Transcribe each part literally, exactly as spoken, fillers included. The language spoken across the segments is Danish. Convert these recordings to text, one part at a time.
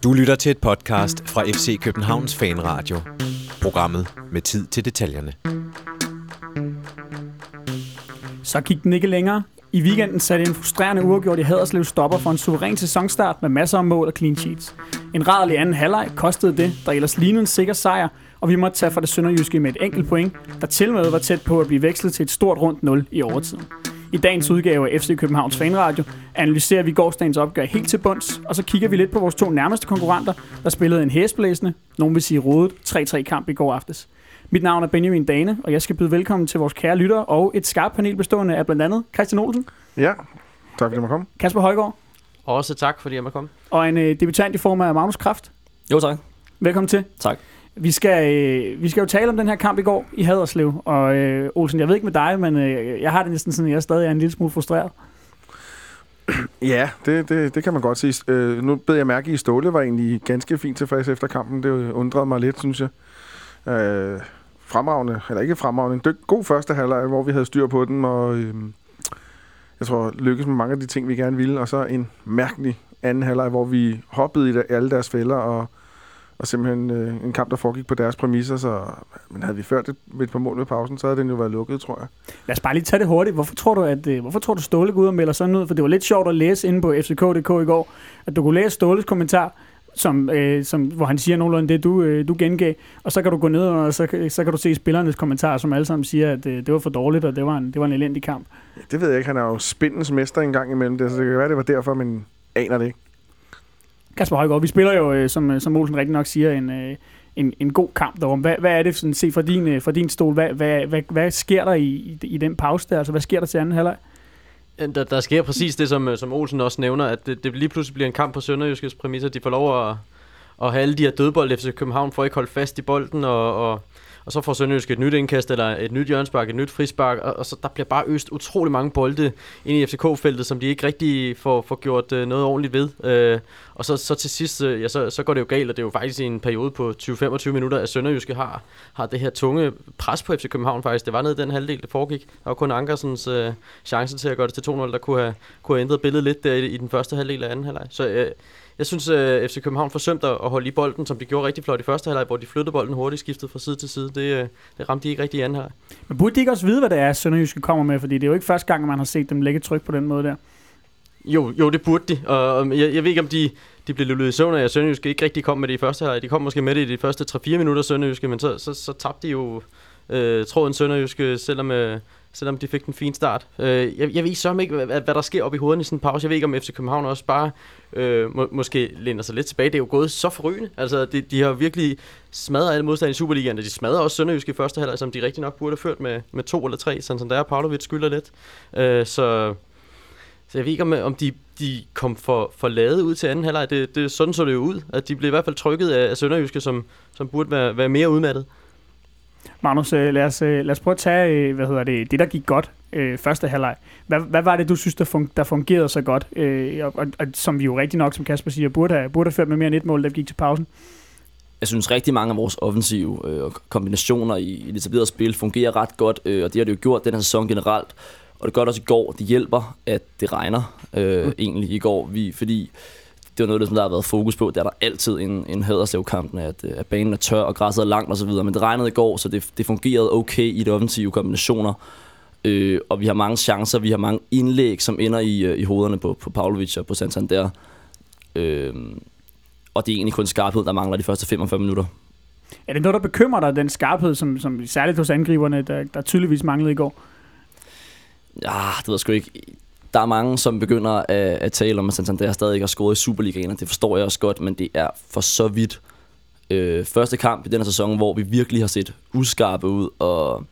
Du lytter til et podcast fra F C Københavns Fanradio. Programmet med tid til detaljerne. Så gik den ikke længere. I weekenden satte en frustrerende uafgjort i Haderslev stopper for en suveræn sæsonstart med masser af mål og clean sheets. En rædderlig anden halvleg kostede det, der ellers lignede en sikker sejr, og vi måtte tage fra det sønderjyske med et enkelt point, der til med var tæt på at blive vekslet til et stort rundt nul i overtiden. I dagens udgave af F C Københavns Fanradio analyserer vi gårsdagens opgør helt til bunds, og så kigger vi lidt på vores to nærmeste konkurrenter, der spillede en hæsblæsende, nogen vil sige rodet, tre-tre kamp i går aftes. Mit navn er Benjamin Dane, og jeg skal byde velkommen til vores kære lyttere og et skarpt panel bestående af blandt andet Christian Olsen. Ja, tak fordi jeg må komme. Kasper Højgaard. Også tak fordi jeg må komme. Og en øh, debutant i form af Magnus Kraft. Jo tak. Velkommen til. Tak. Vi skal, øh, vi skal jo tale om den her kamp i går i Haderslev, og øh, Olsen, jeg ved ikke med dig, men øh, jeg har det næsten sådan, at jeg stadig er en lille smule frustreret. Ja, det, det, det kan man godt sige. Øh, nu bed jeg mærke i, Ståle var egentlig ganske fint tilfreds efter kampen. Det undrede mig lidt, synes jeg. Øh, fremragende, eller ikke fremragende, en god første halvleg, hvor vi havde styr på den, og øh, jeg tror, lykkes med mange af de ting, vi gerne ville, og så en mærkelig anden halvleg, hvor vi hoppede i alle deres fælder, og og simpelthen øh, en kamp, der foregik på deres præmisser, så men havde vi ført et, et par mål ved pausen, så havde den jo været lukket, tror jeg. Lad os bare lige tage det hurtigt. Hvorfor tror du, at øh, hvorfor tror du Ståle går ud og melder sådan ud? For det var lidt sjovt at læse inde på F C K punktum d k i går, at du kunne læse Ståles kommentar, som, øh, som, hvor han siger nogenlunde det, du, øh, du gengav, og så kan du gå ned, og så, så kan du se spillernes kommentarer, som alle sammen siger, at øh, det var for dårligt, og det var en, det var en elendig kamp. Ja, det ved jeg ikke. Han er jo spindens mester en gang imellem det, så det kan være, det var derfor, men aner det ikke. Kasper Højgaard, vi spiller jo, som, som Olsen rigtig nok siger, en, en, en god kamp derom. Hvad, hvad er det, sådan, se fra din, fra din stol, hvad, hvad, hvad, hvad sker der i, i, i den pause der? Altså, hvad sker der til anden halvleg? Der, der sker præcis det, som, som Olsen også nævner, at det, det lige pludselig bliver en kamp på Sønderjyskes præmisser. De får lov at, at have alle de her dødbold. F C København får ikke holdt fast i bolden, og, og, og så får Sønderjysk et nyt indkast, eller et nyt hjørnespark, et nyt frispark, og, og så der bliver bare øst utrolig mange bolde ind i F C K-feltet, som de ikke rigtig får, får gjort uh, noget ordentligt ved. Uh, og så, så til sidst, uh, ja, så, så går det jo galt, og det er jo faktisk i en periode på tyve til femogtyve minutter, at Sønderjyske har, har det her tunge pres på F C København faktisk. Det var nede i den halvdel, det foregik. Der var kun Ankersens uh, chance til at gøre det til to nul, der kunne have, kunne have ændret billedet lidt der i, i den første halvdel af anden halvleg. Så uh, jeg synes, at uh, F C København forsømte at holde i bolden, som de gjorde rigtig flot i første halvleg, hvor de flyttede bolden hurtigt, skiftede fra side til side. Det, uh, det ramte de ikke rigtig i anden halvleg. Men burde de ikke også vide, hvad det er, Sønderjyske kommer med? Fordi det er jo ikke første gang, man har set dem lægge tryk på den måde der. Jo, jo, det burde de. Og jeg, jeg ved ikke, om de, de blev lullet i søvn af, at Sønderjyske ikke rigtig kom med det i første halvleg. De kom måske med det i de første tre fire minutter, Sønderjyske, men så, så, så tabte de jo øh, tråden Sønderjyske, selvom, øh, selvom de fik den fine start. Øh, jeg, jeg ved så ikke, hvad, hvad der sker op i hovedet i sådan en pause. Jeg ved ikke, om F C København også bare øh, må, måske lænder sig lidt tilbage. Det er jo gået så forrygende. Altså, de, de har virkelig smadret alle modstandere i Superligaen, og de smadrer også Sønderjyske i første halvleg, som de rigtig nok burde have ført med, med to eller tre, sådan som der er Pavlovic skylder lidt. Øh, så... Så jeg ved ikke, om, om de, de kom for, for ladet ud til anden halvleg. Det, det, sådan så det jo ud, at de blev i hvert fald trykket af, af Sønderjyske, som, som burde være, være mere udmattet. Magnus, lad os, lad os prøve at tage, hvad hedder det, det der gik godt øh, første halvleg. Hvad, hvad var det, du synes, der, fun, der fungerede så godt? Øh, og, og, og som vi jo rigtig nok, som Kasper siger, burde have, burde have ført med mere end et mål, der gik til pausen? Jeg synes rigtig mange af vores offensive øh, kombinationer i, i det etablerede spil fungerer ret godt, øh, og det har det jo gjort den her sæson generelt. Og det gør det også i går. Det hjælper, at det regner øh, mm. egentlig i går. Vi, fordi det var noget, der har været fokus på. Der er der altid en, en Haderslev-kampen, at, at banen er tør og græsset er langt osv. Men det regnede i går, så det, det fungerede okay i de offensive kombinationer. Øh, og vi har mange chancer. Vi har mange indlæg, som ender i, i hovederne på, på Pavlovic og på Santander. Øh, og det er egentlig kun skarphed, der mangler de første femogfyrre minutter. Er det noget, der bekymrer dig, den skarphed, som, som særligt hos angriberne, der, der tydeligvis manglede i går? Ja, det ved jeg sgu ikke. Der er mange, som begynder at, at tale om, at Santander stadig ikke har scoret i Superligaen, og det forstår jeg også godt, men det er for så vidt øh, første kamp i denne sæson, hvor vi virkelig har set uskarpe ud, og,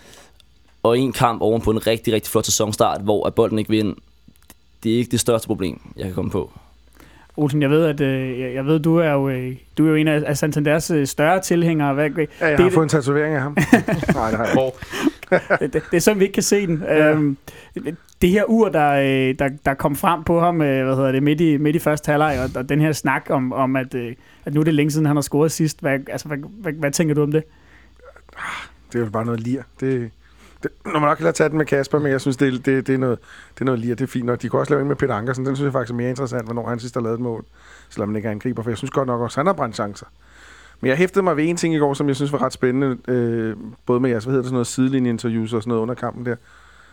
og en kamp oven på en rigtig, rigtig flot sæsonstart, hvor at bolden ikke vil ind. Det er ikke det største problem, jeg kan komme på. Olsen, jeg ved, at øh, jeg ved, du er jo øh, du er jo en af Santanders øh, større tilhængere. Hvad, ja, jeg det, har fået en tatovering af ham. Nej, det har jeg ikke. det, det, det er sådan, vi ikke kan se den. Ja. Øhm, det her ur, der, øh, der, der kom frem på ham, øh, hvad hedder det, midt i, midt i første halvleg, og, og den her snak om, om at, øh, at nu er det længe siden, han har scoret sidst. Hvad, altså, hvad, hvad, hvad tænker du om det? Det er jo bare noget lir. Det, Det, når man nok kan lade tage den med Kasper, men jeg synes, det, det, det, er, noget, det er noget lige, det er fint. Og de kunne også lave en med Peter Ankersen. Den synes jeg faktisk er mere interessant, hvornår han sidst har lavet et mål. Selvom han ikke er angriber, for jeg synes godt nok også, han har brændt chancer. Men jeg hæftede mig ved en ting i går, som jeg synes var ret spændende. Øh, både med jeres, hvad hedder det, sådan noget sidelinjeinterviews og sådan noget under kampen der.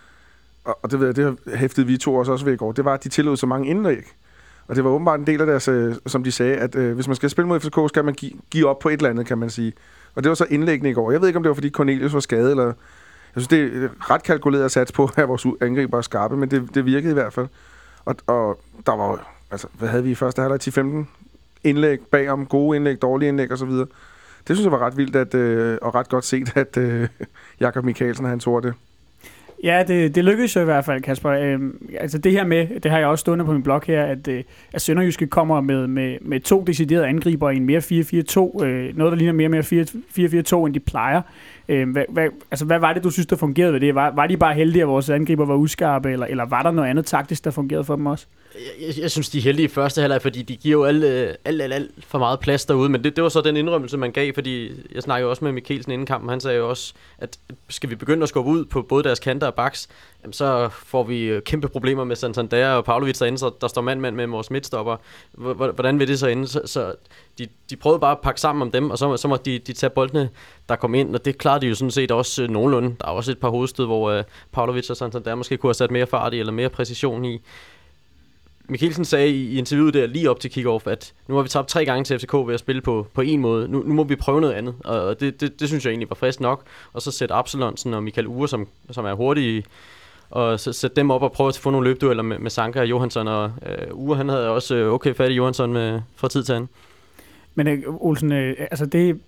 Og, og det ved jeg, det hæftede vi to også, også ved i går. Det var, at de tillod så mange indlæg. Og det var åbenbart en del af deres, øh, som de sagde, at øh, hvis man skal spille mod F C K, skal man give, give op på et eller andet, kan man sige. Og det var så indlæggende i går. Jeg ved ikke, om det var, fordi Cornelius var skadet, eller... Jeg synes, det er ret kalkuleret at satse på, at vores angriber er skarpe, men det, det virkede i hvert fald. Og, og der var altså, hvad havde vi i første halvleg? ti femten indlæg bagom, gode indlæg, dårlige indlæg osv. Det synes jeg var ret vildt, at, øh, og ret godt set, at øh, Jakob Mikkelsen, han tog det. Ja, det, det lykkedes jo i hvert fald, Kasper. Øhm, altså det her med, det har jeg også stående på min blog her, at, øh, at Sønderjyske kommer med, med, med to deciderede angriber i en mere fire fire to. Øh, noget, der ligner mere mere fire fire to, end de plejer. Øh, hvad, hvad, altså, hvad var det, du synes, der fungerede ved det? Var, var de bare heldige, at vores angriber var uskarpe, eller, eller var der noget andet taktisk, der fungerede for dem også? Jeg, jeg, jeg synes, de er heldige i første halvleg, fordi de giver jo alt, alt, alt, alt for meget plads derude, men det, det var så den indrømmelse, man gav, fordi jeg snakkede også med Mikkelsen inden kampen, han sagde jo også, at skal vi begynde at skubbe ud på både deres kanter og backs, jamen, så får vi kæmpe problemer med Santander og Pavlovic derinde, så der står mand-mand med vores midtstopper. Hvordan vil det så ende? Så, så de, de prøvede bare at pakke sammen om dem, og så, så må de, de tage boldene, der kom ind, og det klarede de jo sådan set også nogenlunde. Der er også et par hovedstød, hvor uh, Pavlovic og Santander måske kunne have sat mere fart i, eller mere præcision i. Mikkelsen sagde i, i interviewet der lige op til kick-off, at nu har vi tabt tre gange til F C K ved at spille på, på en måde. Nu, nu må vi prøve noget andet, og det, det, det synes jeg egentlig var frisk nok. Og så sætte Absalonsen og Michael Ure, som, som er hurtige, og så sætte dem op og prøve at få nogle løbdueller med, med Sanka og Johansson. Og øh, Ure, han havde også øh, okay fat i Johansson med, fra tid til anden. Men øh, Olsen, øh, altså det...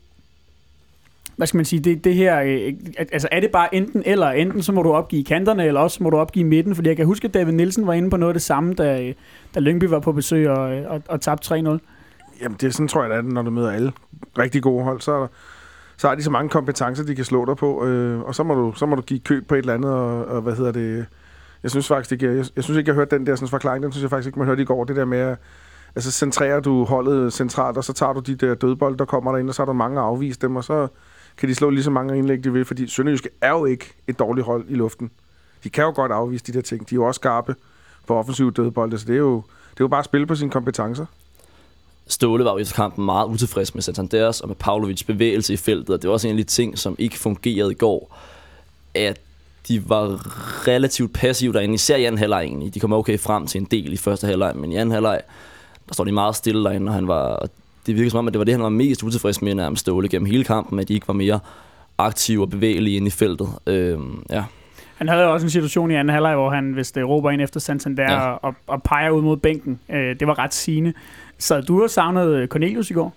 Hvad skal man sige, det, det her, øh, altså er det bare enten eller, enten så må du opgive kanterne, eller også må du opgive midten, fordi jeg kan huske, at David Nielsen var inde på noget af det samme, da, da Lyngby var på besøg og, og, og tabte tre nul. Jamen det er sådan, tror jeg, at når du møder alle rigtig gode hold, så er der, så har de så mange kompetencer, de kan slå dig på, øh, og så må, du, så må du give køb på et eller andet, og, og hvad hedder det, jeg synes faktisk ikke, jeg, jeg synes ikke, jeg hørte den der sådan, forklaring, den synes jeg faktisk ikke, man hørte i går, det der med, altså centrerer du holdet centralt, og så tager du de der dødbold, der kommer derinde, og så har du mange afvist dem, og så kan de slå lige så mange indlæg, de vil, fordi Sønderjyske er jo ikke et dårligt hold i luften. De kan jo godt afvise de der ting. De er jo også skarpe på offensiv dødbolde, så det er jo, det er jo bare at spille på sine kompetencer. Ståle var jo i kampen meget utilfreds med Santanders og med Pavlovic bevægelse i feltet, og det var også en af de ting, som ikke fungerede i går, at de var relativt passive derinde, især i anden halvleg egentlig. De kom okay frem til en del i første halvleg, men i anden halvleg, der står de meget stille derinde, og han var... Det virker som om, at det var det, han var mest utilfreds med, nærmest Ståle gennem hele kampen, at de ikke var mere aktive og bevægelige inde i feltet. Øhm, ja. Han havde også en situation i anden halvleg, hvor han, hvis det råber ind efter Santander ja. og, og peger ud mod bænken, øh, det var ret sigende. Så du har savnet Cornelius i går?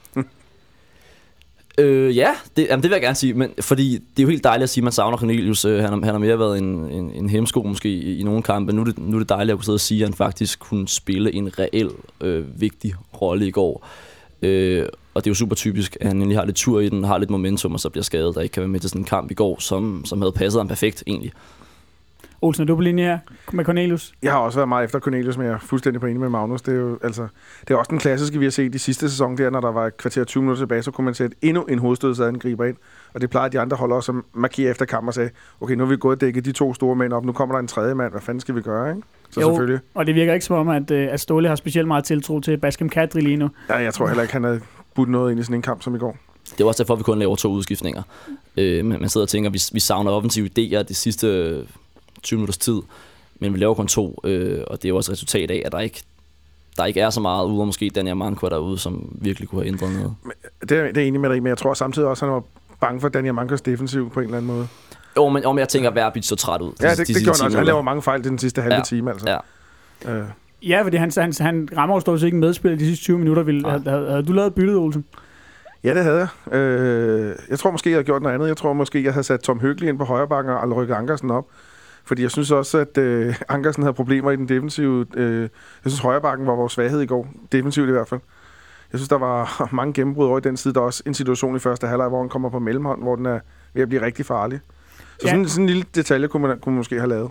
øh, ja, det, jamen, det vil jeg gerne sige, men fordi det er jo helt dejligt at sige, at man savner Cornelius. Øh, han, han har mere været en, en, en hemsko måske i, i nogle kampe. Nu er, det, nu er det dejligt at kunne sidde og sige, at han faktisk kunne spille en reel øh, vigtig rolle i går. Øh, og det er jo super typisk, at han egentlig har lidt tur i den, har lidt momentum, og så bliver skadet, og ikke kan være med til sådan en kamp i går, som, som havde passet ham perfekt egentlig. Olsen, er du på linje her med Cornelius? Jeg har også været meget efter Cornelius, men jeg er fuldstændig på enig med Magnus. Det er jo altså, det er også den klassiske, vi har set i sidste sæson, der, når der var et kvarter tyve minutter tilbage, så kunne man sætte endnu en hovedstødsangriber ind. Og det plejer de andre hold også at markere efter kamp og sige, okay, nu har vi gået og dækket de to store mænd op, nu kommer der en tredje mand, hvad fanden skal vi gøre, ikke? Så jo, selvfølgelig. Og det virker ikke som om, at, at Ståle har specielt meget tiltro til Baskem Kadri lige nu. Ja, jeg tror heller ikke, han havde budt noget ind i sådan en kamp som i går. Det var også derfor, vi kun laver to udskiftninger. Øh, man sidder og tænker, at vi, vi savner offensive idéer de sidste tyve minutters tid, men vi laver kun to, øh, og det er jo også et resultat af, at der ikke, der ikke er så meget ude, og måske Daniel Manko derude, som virkelig kunne have ændret noget. Det er, det er enig med dig, men jeg tror samtidig også, at han var bange for Daniel Mankos defensiv på en eller anden måde. Jo, men, men jeg tænker, at Verbit så træt ud. Ja, det, de, det, det gjorde han også. Han laver mange fejl den sidste halve ja, time, altså. Ja. Øh. Ja, fordi han, han, han rammer jo stort set ikke en medspiller de sidste tyve minutter. Ville, havde, havde, havde du lavet byttet, Olsen? Ja, det havde jeg. Øh, jeg tror måske, jeg havde gjort noget andet. Jeg tror måske, jeg havde sat Tom Høgli ind på højre bakken og rykket Ankersen op. Fordi jeg synes også, at øh, Ankersen havde problemer i den defensive. Øh, jeg synes, højre bakken var vores svaghed i går. Defensivt i hvert fald. Jeg synes, der var mange gennembrud over i den side. Der er også en situation i første halvleg, hvor han kommer på mellemhånd, hvor den er ved at blive rigtig farlig. Så ja. sådan, sådan en lille detalje kunne man, kunne man måske have lavet.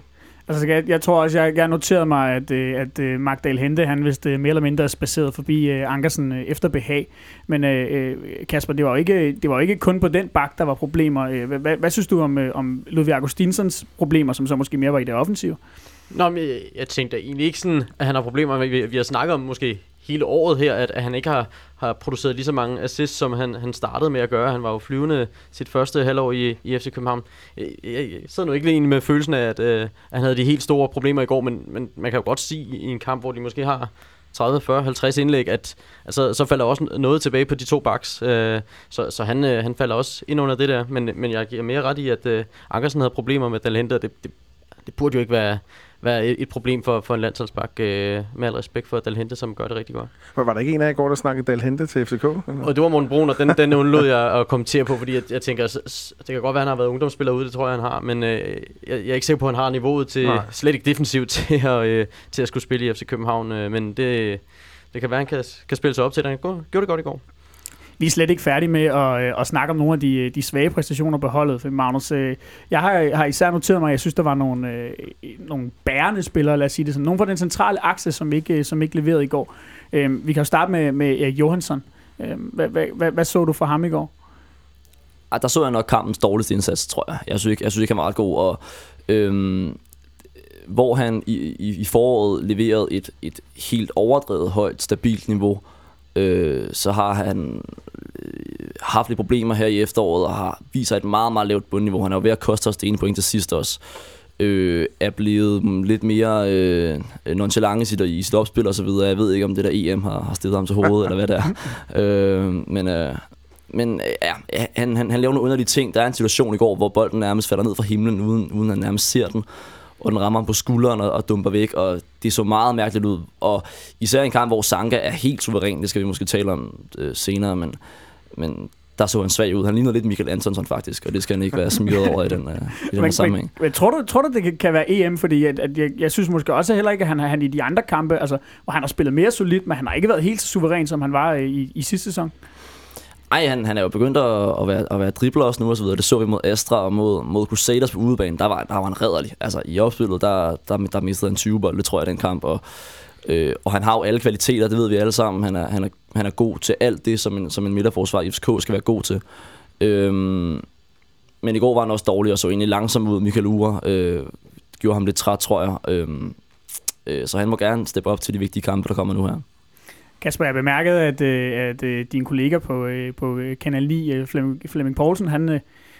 Altså, jeg, jeg tror også, jeg, jeg noterede mig, at, at, at Magdal Hente, han vist mere eller mindre spaceret forbi uh, Ankersen uh, efter behag. Men uh, Kasper, det var, jo ikke, det var jo ikke kun på den bak, der var problemer. Hvad, hvad, hvad synes du om, uh, om Ludvig Augustinsons problemer, som så måske mere var i det offensive? Nå, men jeg, jeg tænkte egentlig ikke sådan, at han har problemer med, vi, vi har snakket om måske hele året her, at, at han ikke har, har produceret lige så mange assists, som han, han startede med at gøre. Han var jo flyvende sit første halvår i, i F C København. Jeg, jeg, jeg sidder nu ikke lige med følelsen af, at, øh, at han havde de helt store problemer i går, men, men man kan jo godt sige i en kamp, hvor de måske har tredive, fyrre, halvtreds indlæg, at altså, så falder også noget tilbage på de to backs. Øh, så så han, øh, han falder også ind under det der, men, men jeg giver mere ret i, at øh, Ankersen havde problemer med Dalhente, og det, det, det burde jo ikke være være et problem for, for en landsholdsbak, øh, med al respekt for Dalhente, som gør det rigtig godt. Var, var der ikke en af jer i går, der snakkede Dalhente til F C K? Eller? Og det var Morten Brun, og den, den undlod jeg at kommentere på, fordi jeg, jeg tænker, det kan godt være, at han har været ungdomsspiller ude, det tror jeg, han har, men øh, jeg, jeg er ikke sikker på, at han har niveauet til, Nej. slet ikke defensivt, til at, øh, til at skulle spille i F C København, øh, men det, det kan være, at han kan, kan spille sig op til det. Han gjorde det godt i går. Vi er slet ikke færdige med at, at snakke om nogle af de, de svage præstationer på holdet. For Magnus, jeg har, har især noteret mig, at jeg synes, der var nogle, nogle bærende spillere, lad os sige det sådan. Nogle fra den centrale akse, som ikke, som ikke leverede i går. Vi kan jo starte med, med Erik Johansson. Hvad, hvad, hvad, hvad så du fra ham i går? Der så jeg nok kampens dårligste indsats, tror jeg. Jeg synes ikke, jeg synes ikke han var ret god. Og, øhm, hvor han i, i, i foråret leverede et, et helt overdrevet højt, stabilt niveau, øh, så har han haft lidt problemer her i efteråret, og har viser et meget, meget lavt bundniveau. Han er jo ved at koste os det ene point til sidst også. Øh, er blevet lidt mere øh, nonchalant i sit, i sit opspil og så videre. Jeg ved ikke, om det der E M har, har stillet ham til hovedet, eller hvad det er. Øh, men øh, men ja, han, han, han laver nogle underlige ting. Der er en situation i går, hvor bolden nærmest falder ned fra himlen, uden, uden han nærmest ser den. Og den rammer ham på skulderen og, og dumper væk, og det så meget mærkeligt ud. Og især en kamp, hvor Sanka er helt suveræn, det skal vi måske tale om øh, senere, men, men der så han svag ud. Han ligner lidt Michael Antonsson faktisk, og det skal han ikke være smidt over i den, øh, i den sammenhæng. Men, men tror du, tror du, det kan være E M? Fordi at, at jeg, jeg synes måske også heller ikke, at han, han i de andre kampe, altså, hvor han har spillet mere solidt, men han har ikke været helt så suveræn, som han var i, i sidste sæson. Ej, han, han er jo begyndt at, at, være, at være dribler også nu og så videre. Det så vi mod Astra og mod, mod Crusaders på udebane. Der var, der var han rædderlig. Altså i opspillet, der, der, der mistede han tyve bold, det tror jeg, den kamp. Og, øh, og han har jo alle kvaliteter, det ved vi alle sammen. Han er, han er, han er god til alt det, som en, som en midterforsvar i F C K skal være god til. Øhm, men i går var han også dårlig og så egentlig langsom ud. Michael Ure øh, gjorde ham lidt træt, tror jeg. Øhm, øh, så han må gerne steppe op til de vigtige kampe, der kommer nu her. Kasper, jeg bemærkede, at, at, at din kollega på, på Kanal ni, Flemming, Flemming Poulsen, han,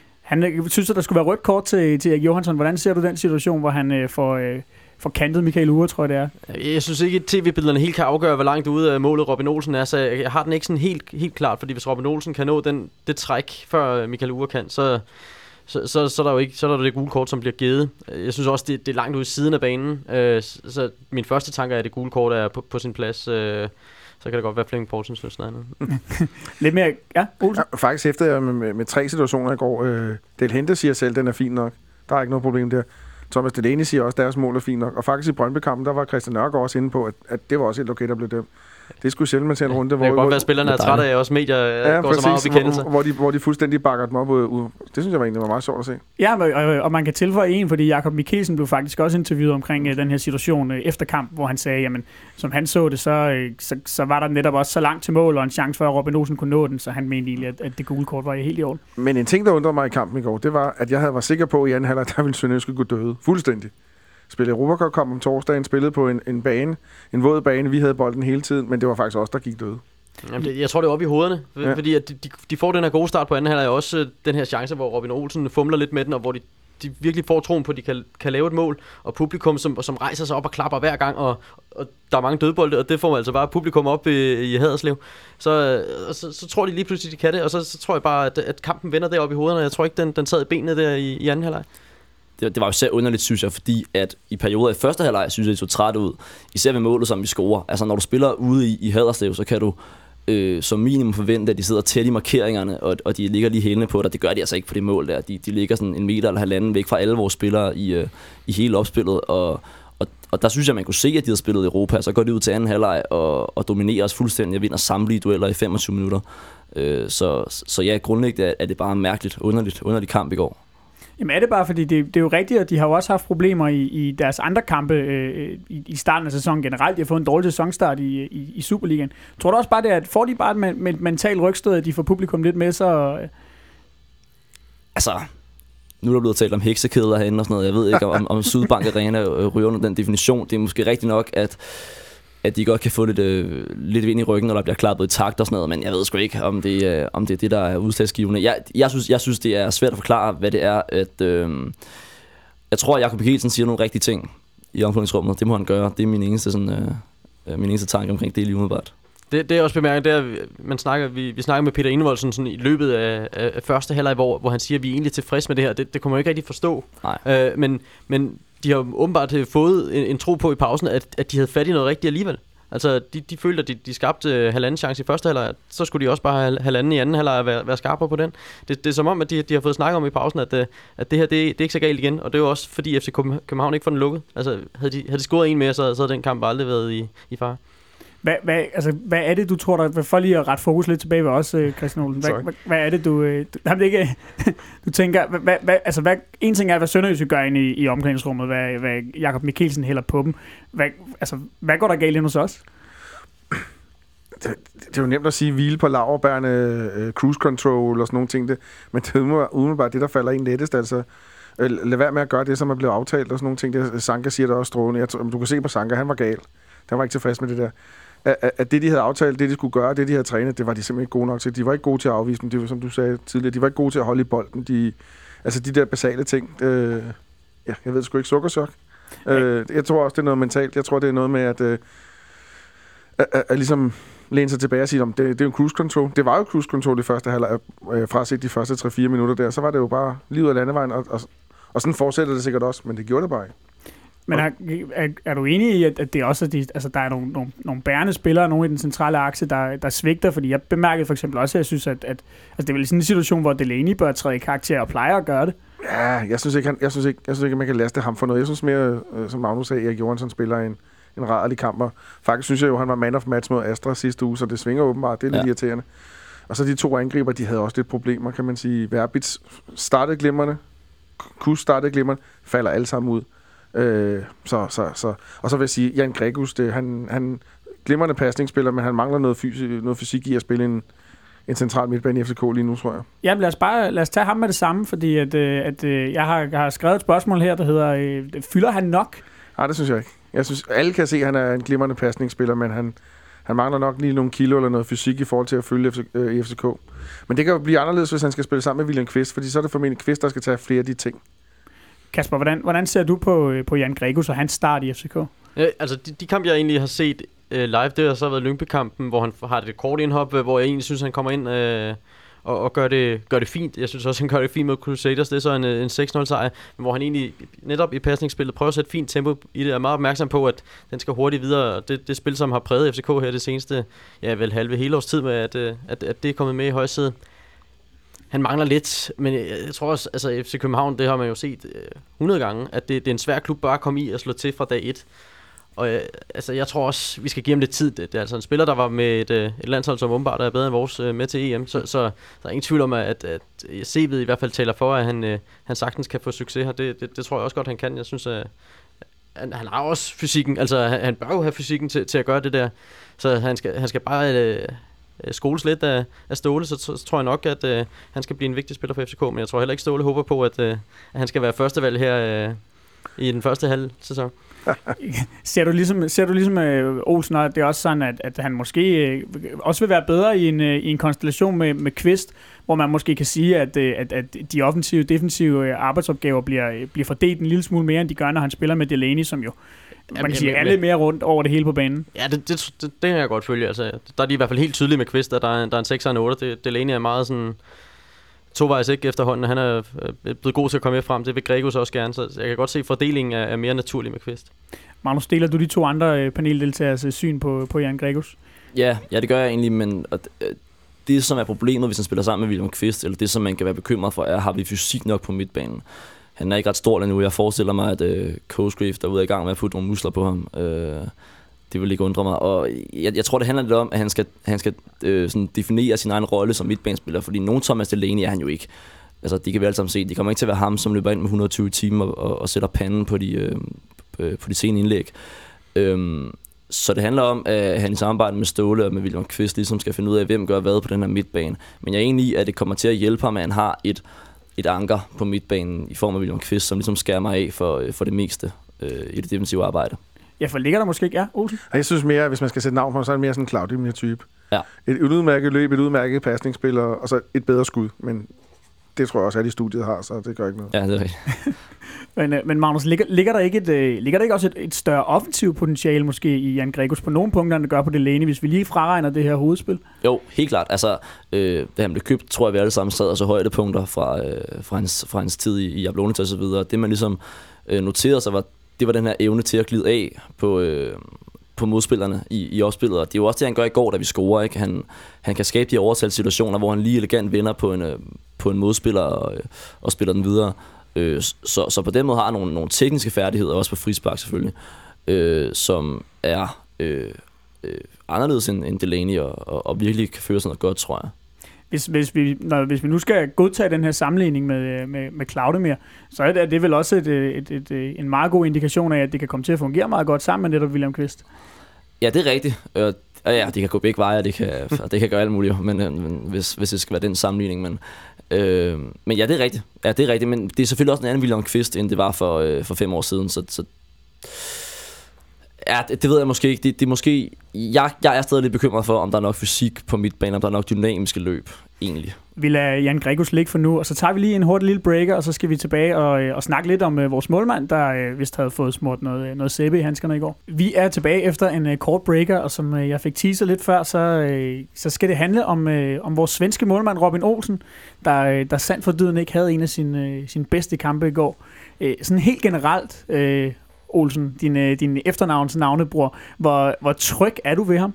han synes, at der skulle være rødt kort til, til Erik Johansson. Hvordan ser du den situation, hvor han får, får kantet Michael Ure, tror jeg det er? Jeg synes ikke, at tv-billederne helt kan afgøre, hvor langt ude af målet Robin Olsen er, så jeg har den ikke sådan helt, helt klart, fordi hvis Robin Olsen kan nå den, det træk, før Michael Ure kan, så... Så, så, så er der jo ikke, så er der det gule kort, som bliver givet. Jeg synes også, det, det er langt ude i siden af banen. Øh, så min første tanke er, at det gule kort er på, på sin plads. Øh, så kan det godt være, at Flemming Poulsen synes noget andet. Lidt mere, ja, Olsen? Ja, faktisk efter jeg med, med, med tre situationer i går. Øh, Dalhente siger selv, at den er fin nok. Der er ikke noget problem der. Thomas Delaney siger også, at deres mål er fint nok. Og faktisk i Brøndby-kampen, der var Christian Nørgaard også inde på, at, at det var også helt okay, der blev dømt. Det er sgu sjældent, man ser en runde, hvor... Det kan godt være, at spillerne er trætte af, også medier ja, går præcis, så meget op i kendelser. Hvor, hvor, de, hvor de fuldstændig bakker dem op ud. Det synes jeg var egentlig var meget sjovt at se. Ja, og, og man kan tilføje en, fordi Jakob Mikkelsen blev faktisk også interviewet omkring uh, den her situation uh, efter kamp, hvor han sagde, jamen, som han så det, så, uh, så, så var der netop også så langt til mål, og en chance for, at Robin Olsen kunne nå den, så han mente egentlig, at, at det gule kort var helt i orden. Men en ting, der undrede mig i kampen i går, det var, at jeg havde var sikker på, at i anden halvleg, der ville Sønderjyske gå døde. Fuldstændig. Spillede Europacup kom om torsdagen, spillede på en, en bane, en våd bane. Vi havde bolden hele tiden, men det var faktisk os, der gik døde. Jamen det, jeg tror, det er oppe i hovederne, ja. Fordi at de, de, de får den her gode start på anden halvleg, også den her chance, hvor Robin Olsen fumler lidt med den, og hvor de, de virkelig får troen på, at de kan, kan lave et mål, og publikum, som, som rejser sig op og klapper hver gang, og, og der er mange dødbolde, og det får man altså bare publikum op i, i Haderslev. Så, så, så tror de lige pludselig, de kan det, og så, så tror jeg bare, at, at kampen vender deroppe i hovederne, og jeg tror ikke, den, den sad i benene der i, i anden halvleg. Det, det var jo især underligt, synes jeg, fordi at i perioder i første halvleg, synes jeg, det så træt ud. Især ved målet, som vi scorer. Altså, når du spiller ude i, i Haderslev, så kan du øh, som minimum forvente, at de sidder tæt i markeringerne, og, og de ligger lige hælene på dig. Det gør de altså ikke på det mål der. De, de ligger sådan en meter eller halvanden væk fra alle vores spillere i, øh, i hele opspillet, og, og, og der synes jeg, man kunne se, at de havde spillet i Europa. Så går de ud til anden halvleg og, og dominerer os fuldstændig og vinder samtlige dueller i femogtyve minutter. Øh, så, så ja, grundlæggende er det bare mærkeligt, underligt, underligt kamp i går. Jamen er det bare, fordi det, det er jo rigtigt, at de har jo også haft problemer i, i deres andre kampe øh, i, i starten af sæsonen generelt. De har fået en dårlig sæsonstart i, i, i Superligaen. Tror du også bare det, at får de bare et men, men, mental rygstød, at de får publikum lidt med sig? Og, øh... Altså, nu er der blevet talt om heksekæder herinde og sådan noget. Jeg ved ikke, om, om Sydbank Arena ryger under den definition. Det er måske rigtigt nok, at at de godt kan få lidt, øh, lidt vind i ryggen, når der bliver klappet i takt og sådan noget, men jeg ved sgu ikke, om det, øh, om det er det, der er udslagsgivende. Jeg, jeg, synes, jeg synes, det er svært at forklare, hvad det er, at øh, jeg tror, at Jakob Mikkelsen siger nogle rigtige ting i omklædningsrummet. Det må han gøre. Det er min eneste, sådan, øh, min eneste tanke omkring det lige umiddelbart. Det, det er også bemærket, det er, man snakker, vi, vi snakker med Peter Enevoldsen sådan i løbet af, af første halvleg, hvor, hvor han siger, at vi er egentlig tilfredse med det her. Det, det kunne man jo ikke rigtig forstå. Nej. Øh, men, men de har åbenbart fået en, en tro på i pausen, at, at de havde fat i noget rigtigt alligevel. Altså, de, de følte, at de, de skabte uh, halvanden chance i første halvleg, så skulle de også bare have halvanden i anden halvleg og være, være skarpere på den. Det, det er som om, at de, de har fået snakket om i pausen, at, uh, at det her, det, det er ikke så galt igen, og det er jo også fordi F C København ikke får den lukket. Altså, havde de, havde de scoret en mere, så, så havde den kamp aldrig været i, i fare. Hvad, hvad, altså, hvad er det, du tror, der... For lige at rette fokus lidt tilbage ved os, Christian Olsen. Hvad, hvad, hvad er det, du... du jamen, det ikke, du tænker... Hvad, hvad, altså, hvad, en ting er, hvad Sønderjyske gør inde i, i omklædningsrummet, hvad, hvad Jakob Mikkelsen hælder på dem. Hvad, altså, hvad går der galt ind hos os? Det, det er jo nemt at sige hvile på laurbærne, uh, cruise control og sådan nogle ting, det, men det er umiddelbart det, der falder en lettest. Altså, uh, lad være med at gøre det, som er blevet aftalt og sådan nogle ting. Det, Sanka siger det også strålende. Jeg, du kan se på Sanka, han var gal. Han var ikke tilfreds med det der. At, at det, de havde aftalt, det de skulle gøre, det de havde trænet, det var de simpelthen ikke gode nok til. De var ikke gode til at afvise dem, de var, som du sagde tidligere, de var ikke gode til at holde i bolden. De, altså de der basale ting. Øh, ja, jeg ved sgu ikke, sukkerchok. Øh, jeg tror også, det er noget mentalt. Jeg tror, det er noget med at, øh, at, at, at ligesom læne sig tilbage og sige, om det, det er jo cruise control. Det var jo cruise control i første halvleg, øh, fra set de første tre fire minutter der. Så var det jo bare livet af landevejen, og, og, og sådan fortsætter det sikkert også, men det gjorde det bare ikke. Men er, er, er du enig i, at det også er de, altså der er nogle, nogle, nogle bærende spillere, nogle i den centrale akse, der, der svigter? Fordi jeg bemærkede for eksempel også, at jeg synes, at, at altså det er vel sådan en situation, hvor Delaney bør træde i karakter og plejer at gøre det. Ja, jeg synes ikke, han, jeg synes ikke, jeg synes ikke, at man kan laste ham for noget. Jeg synes mere, øh, som Magnus sagde, Erik Johansson spiller en, en rædderlig kamp. Faktisk synes jeg jo, han var man of match mod Astra sidste uge, så det svinger åbenbart. Det er lidt ja. irriterende. Og så de to angriber, de havde også lidt problemer, kan man sige. Verbitz startede glimrende, Kus startede glimrende, falder alle sammen ud. Øh, så, så, så. Og så vil jeg sige, Jan Gregus, det, han, han glimrende pasningsspiller, men han mangler noget, fysi- noget fysik i at spille en, en central midtbane i F C K lige nu, tror jeg. Jamen lad os bare lad os tage ham med det samme, fordi at, at, at jeg, har, jeg har skrevet et spørgsmål her, der hedder, øh, fylder han nok? Nej, det synes jeg ikke. Jeg synes, alle kan se, at han er en glimrende pasningsspiller, men han, han mangler nok lige nogle kilo eller noget fysik i forhold til at følge F C, øh, i F C K. Men det kan jo blive anderledes, hvis han skal spille sammen med William Kvist, fordi så er det formentlig Kvist, der skal tage flere af de ting. Kasper, hvordan, hvordan ser du på, på Jan Gregus og hans start i F C K? Ja, altså de, de kampe, jeg egentlig har set øh, live, det har så været Lyngby-kampen, hvor han har et kort indhop, hvor jeg egentlig synes, han kommer ind øh, og, og gør, det, gør det fint. Jeg synes også, han gør det fint med Crusaders. Det er så en, en seks nul sejr, hvor han egentlig netop i pasningsspillet prøver at sætte fint tempo i det. Jeg er meget opmærksom på, at den skal hurtigt videre. Det, det spil, som har præget F C K her det seneste, ja vel halve hele års tid med, at, at, at det er kommet med i højsædet. Han mangler lidt, men jeg, jeg tror også, altså F C København, det har man jo set øh, hundrede gange, at det, det er en svær klub bare at komme i og slå til fra dag et. Og øh, altså, jeg tror også, vi skal give ham lidt tid. Det, det er altså en spiller, der var med et, øh, et landshold, som åbenbart er bedre end vores øh, med til E M. Så, så der er ingen tvivl om, at, at C V'et i hvert fald taler for, at han, øh, han sagtens kan få succes her. Det, det, det tror jeg også godt, han kan. Jeg synes, at han, han har også fysikken. Altså, han, han bør jo have fysikken til, til at gøre det der. Så han skal, han skal bare... Øh, skoles lidt af, af Ståle, så, så tror jeg nok, at øh, han skal blive en vigtig spiller for F C K, men jeg tror heller ikke, Ståle håber på, at, øh, at han skal være førstevalg her øh, i den første halv sæson. ser du ligesom, ser du ligesom øh, Olsen, at det er også sådan, at, at han måske øh, også vil være bedre i en, øh, i en konstellation med, med Kvist, hvor man måske kan sige, at, øh, at, at de offensive, defensive øh, arbejdsopgaver bliver, bliver fordelt en lille smule mere, end de gør, når han spiller med Delaney, som jo man kan sige, alle mere rundt over det hele på banen. Ja, det, det, det, det kan jeg godt følge. Altså, der er de i hvert fald helt tydelige med Kvist, at der er, der er en seks og en otte. Det, Delaney er meget sådan tovejs ikke efterhånden. Han er blevet god til at komme med frem. Det vil Gregus også gerne, så jeg kan godt se, at fordelingen er, er mere naturlig med Kvist. Magnus, deler du de to andre paneldeltagers syn på, på Jan Gregus? Ja, ja, det gør jeg egentlig, men det, som er problemet, hvis han spiller sammen med William Kvist, eller det, som man kan være bekymret for, er, har vi fysik nok på midtbanen? Han er ikke ret stor endnu. Jeg forestiller mig, at øh, Cosgrave der er ude i gang med at putte nogle muskler på ham. Øh, det vil ikke undre mig. Og jeg, jeg tror, det handler lidt om, at han skal, han skal øh, sådan definere sin egen rolle som midtbanespiller, fordi nogen Thomas Delaney er han jo ikke. altså de kan vi alle sammen se, det kommer ikke til at være ham, som løber ind med hundrede og tyve timer og, og sætter panden på de, øh, på de sene indlæg. Øhm, så det handler om, at han i samarbejde med Ståle og med William Kvist ligesom skal finde ud af, hvem gør hvad på den her midtbane. Men jeg er enig i, at det kommer til at hjælpe ham, at han har et, et anker på midtbanen i form af William Kvist, som ligesom skærer mig af for, for det meste øh, i det defensive arbejde. Ja, for ligger der måske ikke, ja, Olsen? Jeg synes mere, hvis man skal sætte navn på, så er det mere sådan en Claudemir-type. Ja. Et udmærket løb, et udmærket pasningsspil, og så et bedre skud. Men det tror jeg også, at de studiet har, så det gør ikke noget. Ja, det er rigtigt. men, men Magnus, ligger, ligger, der ikke et, øh, ligger der ikke også et, et større offensivt potentiale måske i Jan Gregus på nogle punkter, end det gør på Delaney, hvis vi lige fraregner det her hovedspil? Jo, helt klart. Altså, øh, da han blev købt, tror jeg, vi alle sammen sad og så højdepunkter fra, øh, fra, hans, fra hans tid i, i Jablonec og så videre. Det man ligesom øh, noterede sig, var, det var den her evne til at glide af på... Øh, på modspillerne i, i opspillet, og det er jo også det, han gør i går, da vi scorer, ikke? Han, han kan skabe de overtalssituationer, hvor han lige elegant vender på en, på en modspiller og, og spiller den videre. Øh, så, så på den måde har han nogle, nogle tekniske færdigheder, også på frispark selvfølgelig, øh, som er øh, øh, anderledes end, end Delaney, og, og, og virkelig kan føre sådan noget godt, tror jeg. Hvis, hvis, vi, når, hvis vi nu skal godtage den her sammenligning med, med, med Claudemir, så er det, det er vel også et, et, et, et, en meget god indikation af, at det kan komme til at fungere meget godt sammen med netop William Kvist. Ja, det er rigtigt. Øh, ja, det kan gå begge veje, og det kan, det kan gøre alt muligt, men, men hvis, hvis det skal være den sammenligning. Men, øh, men ja, det er rigtigt. Ja, det er rigtigt, men det er selvfølgelig også en anden William Kvist, end det var for, øh, for fem år siden, så... så ja, det, det ved jeg måske ikke. Det, det er måske, jeg, jeg er stadig lidt bekymret for, om der er nok fysik på midtbanen, om der er nok dynamiske løb, egentlig. Vi lader Jan Gregus ligge for nu, og så tager vi lige en hurtig lille breaker, og så skal vi tilbage og, og snakke lidt om uh, vores målmand, der uh, vist havde fået smurt noget, noget sæbe i handskerne i går. Vi er tilbage efter en uh, kort breaker, og som uh, jeg fik teaset lidt før, så, uh, så skal det handle om, uh, om vores svenske målmand Robin Olsen, der, uh, der sandt for dyden ikke havde en af sine, uh, sine bedste kampe i går. Uh, sådan helt generelt... Uh, Olsen, din, din efternavns navnebror. Hvor, hvor tryg er du ved ham?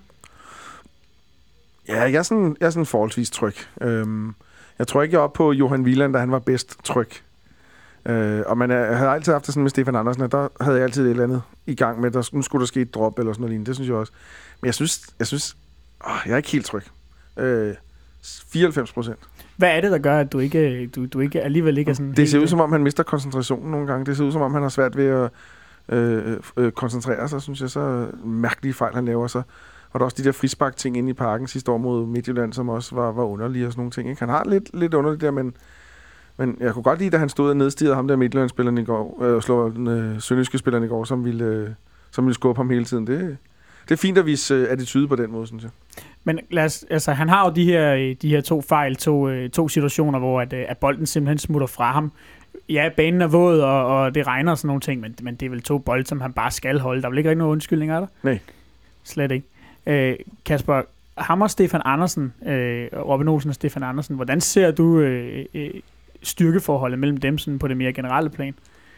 Ja, jeg er sådan, jeg er sådan forholdsvis tryg. Øhm, jeg tror ikke, jeg er oppe på Johan Wieland, da han var bedst tryg. Øh, og man er, jeg havde altid haft det sådan med Stefan Andersen, at der havde jeg altid et eller andet i gang med, der nu skulle der ske et drop eller sådan noget lignende. Det synes jeg også. Men jeg synes, jeg synes, åh, jeg er ikke helt tryg. Øh, fireoghalvfems procent. Hvad er det, der gør, at du ikke, du, du ikke alligevel ikke er sådan... Det ser ud som om, han mister koncentrationen nogle gange. Det ser ud som om, han har svært ved at øh, øh, koncentrere sig, synes jeg. Så mærkelige fejl, han laver sig. Og der er også de der frispark-ting inde i parken sidste år mod Midtjylland, som også var, var underlige og sådan nogle ting. Ikke? Han har lidt, lidt underligt der, men, men jeg kunne godt lide, da han stod og nedstirrede ham der Midtjylland-spilleren i går, øh, slår den øh, sønderjyske spilleren i går, som ville, øh, som ville skubbe ham hele tiden. Det, det er fint at vise øh, attitude på den måde, synes jeg. Men lad os, altså, han har jo de her, de her to fejl, to, to situationer, hvor at, at bolden simpelthen smutter fra ham. Ja, banen er våd, og, og det regner og sådan nogle ting, men, men det er vel to bolde, som han bare skal holde. Der er vel ikke rigtig nogen undskyldning, er der? Nej. Slet ikke. Øh, Kasper, ham og Stefan Andersen, øh, Robin Olsen og Stefan Andersen, hvordan ser du øh, øh, styrkeforholdet mellem dem sådan på det mere generelle plan?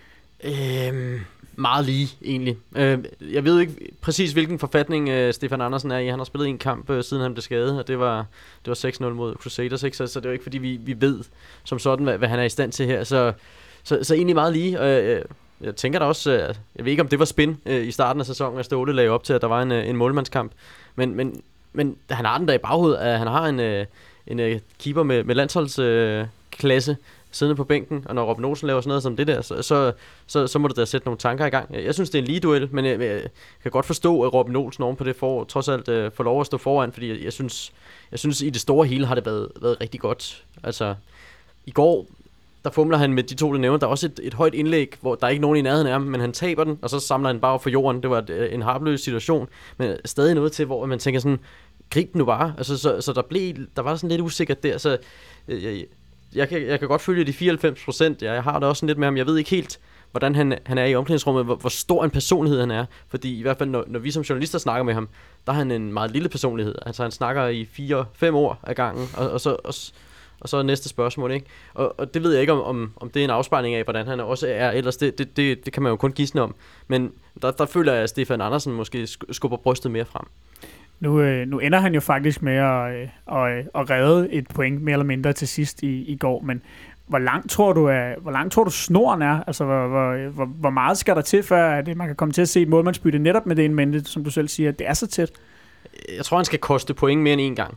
Øhm, meget lige, egentlig. Øh, jeg ved ikke præcis, hvilken forfatning øh, Stefan Andersen er i. Han har spillet en kamp, øh, siden han blev skadet, og det var, det var seks nul mod Crusaders, ikke? Så, så det er jo ikke, fordi vi, vi ved som sådan, hvad, hvad han er i stand til her. Så, så, så egentlig meget lige. Øh, jeg tænker da også, øh, jeg ved ikke, om det var spin øh, i starten af sæsonen, at Ståle lagde op til, at der var en, øh, en målmandskamp. Men, men, men han har den der i baghovedet, at han har en, øh, en øh, keeper med, med landsholdsklasse, øh, siddende på bænken, og når Robin Olsen laver sådan noget som det der, så, så, så, så må du da sætte nogle tanker i gang. Jeg synes, det er en lige duel, men jeg, jeg kan godt forstå, at Robin Olsen oven på det får, trods alt uh, får lov at stå foran, fordi jeg, jeg, synes, jeg synes, i det store hele har det været, været rigtig godt. Altså, i går, der fumler han med de to, der nævner. Der er også et, et højt indlæg, hvor der er ikke nogen i nærheden af ham, men han taber den, og så samler han bare for jorden. Det var et, en harmløs situation, men stadig noget til, hvor man tænker sådan, grib den nu bare. Altså, så, så der, blev, der var sådan lidt usikkert der, så... Øh, jeg, Jeg kan, jeg kan godt følge de fireoghalvfems procent. Jeg har det også sådan lidt med ham. Jeg ved ikke helt, hvordan han, han er i omklædningsrummet, hvor, hvor stor en personlighed han er. Fordi i hvert fald, når, når vi som journalister snakker med ham, der er han en meget lille personlighed. Altså han snakker i fire fem år ad gangen, og, og, så, og, og så er næste spørgsmål, ikke? Og, og det ved jeg ikke, om, om, om det er en afspejling af, hvordan han også er. Ellers det, det, det, det kan man jo kun gisne om. Men der, der føler jeg, at Stefan Andersen måske skubber brystet mere frem. Nu, øh, nu ender han jo faktisk med at, øh, at, at redde et point mere eller mindre til sidst i, i går, men hvor langt tror du, at, hvor langt tror du snoren er? Altså, hvor, hvor, hvor, hvor meget skal der til, før at man kan komme til at se et målmandsbytte netop med det en mente, som du selv siger, det er så tæt? Jeg tror, han skal koste point mere end en gang.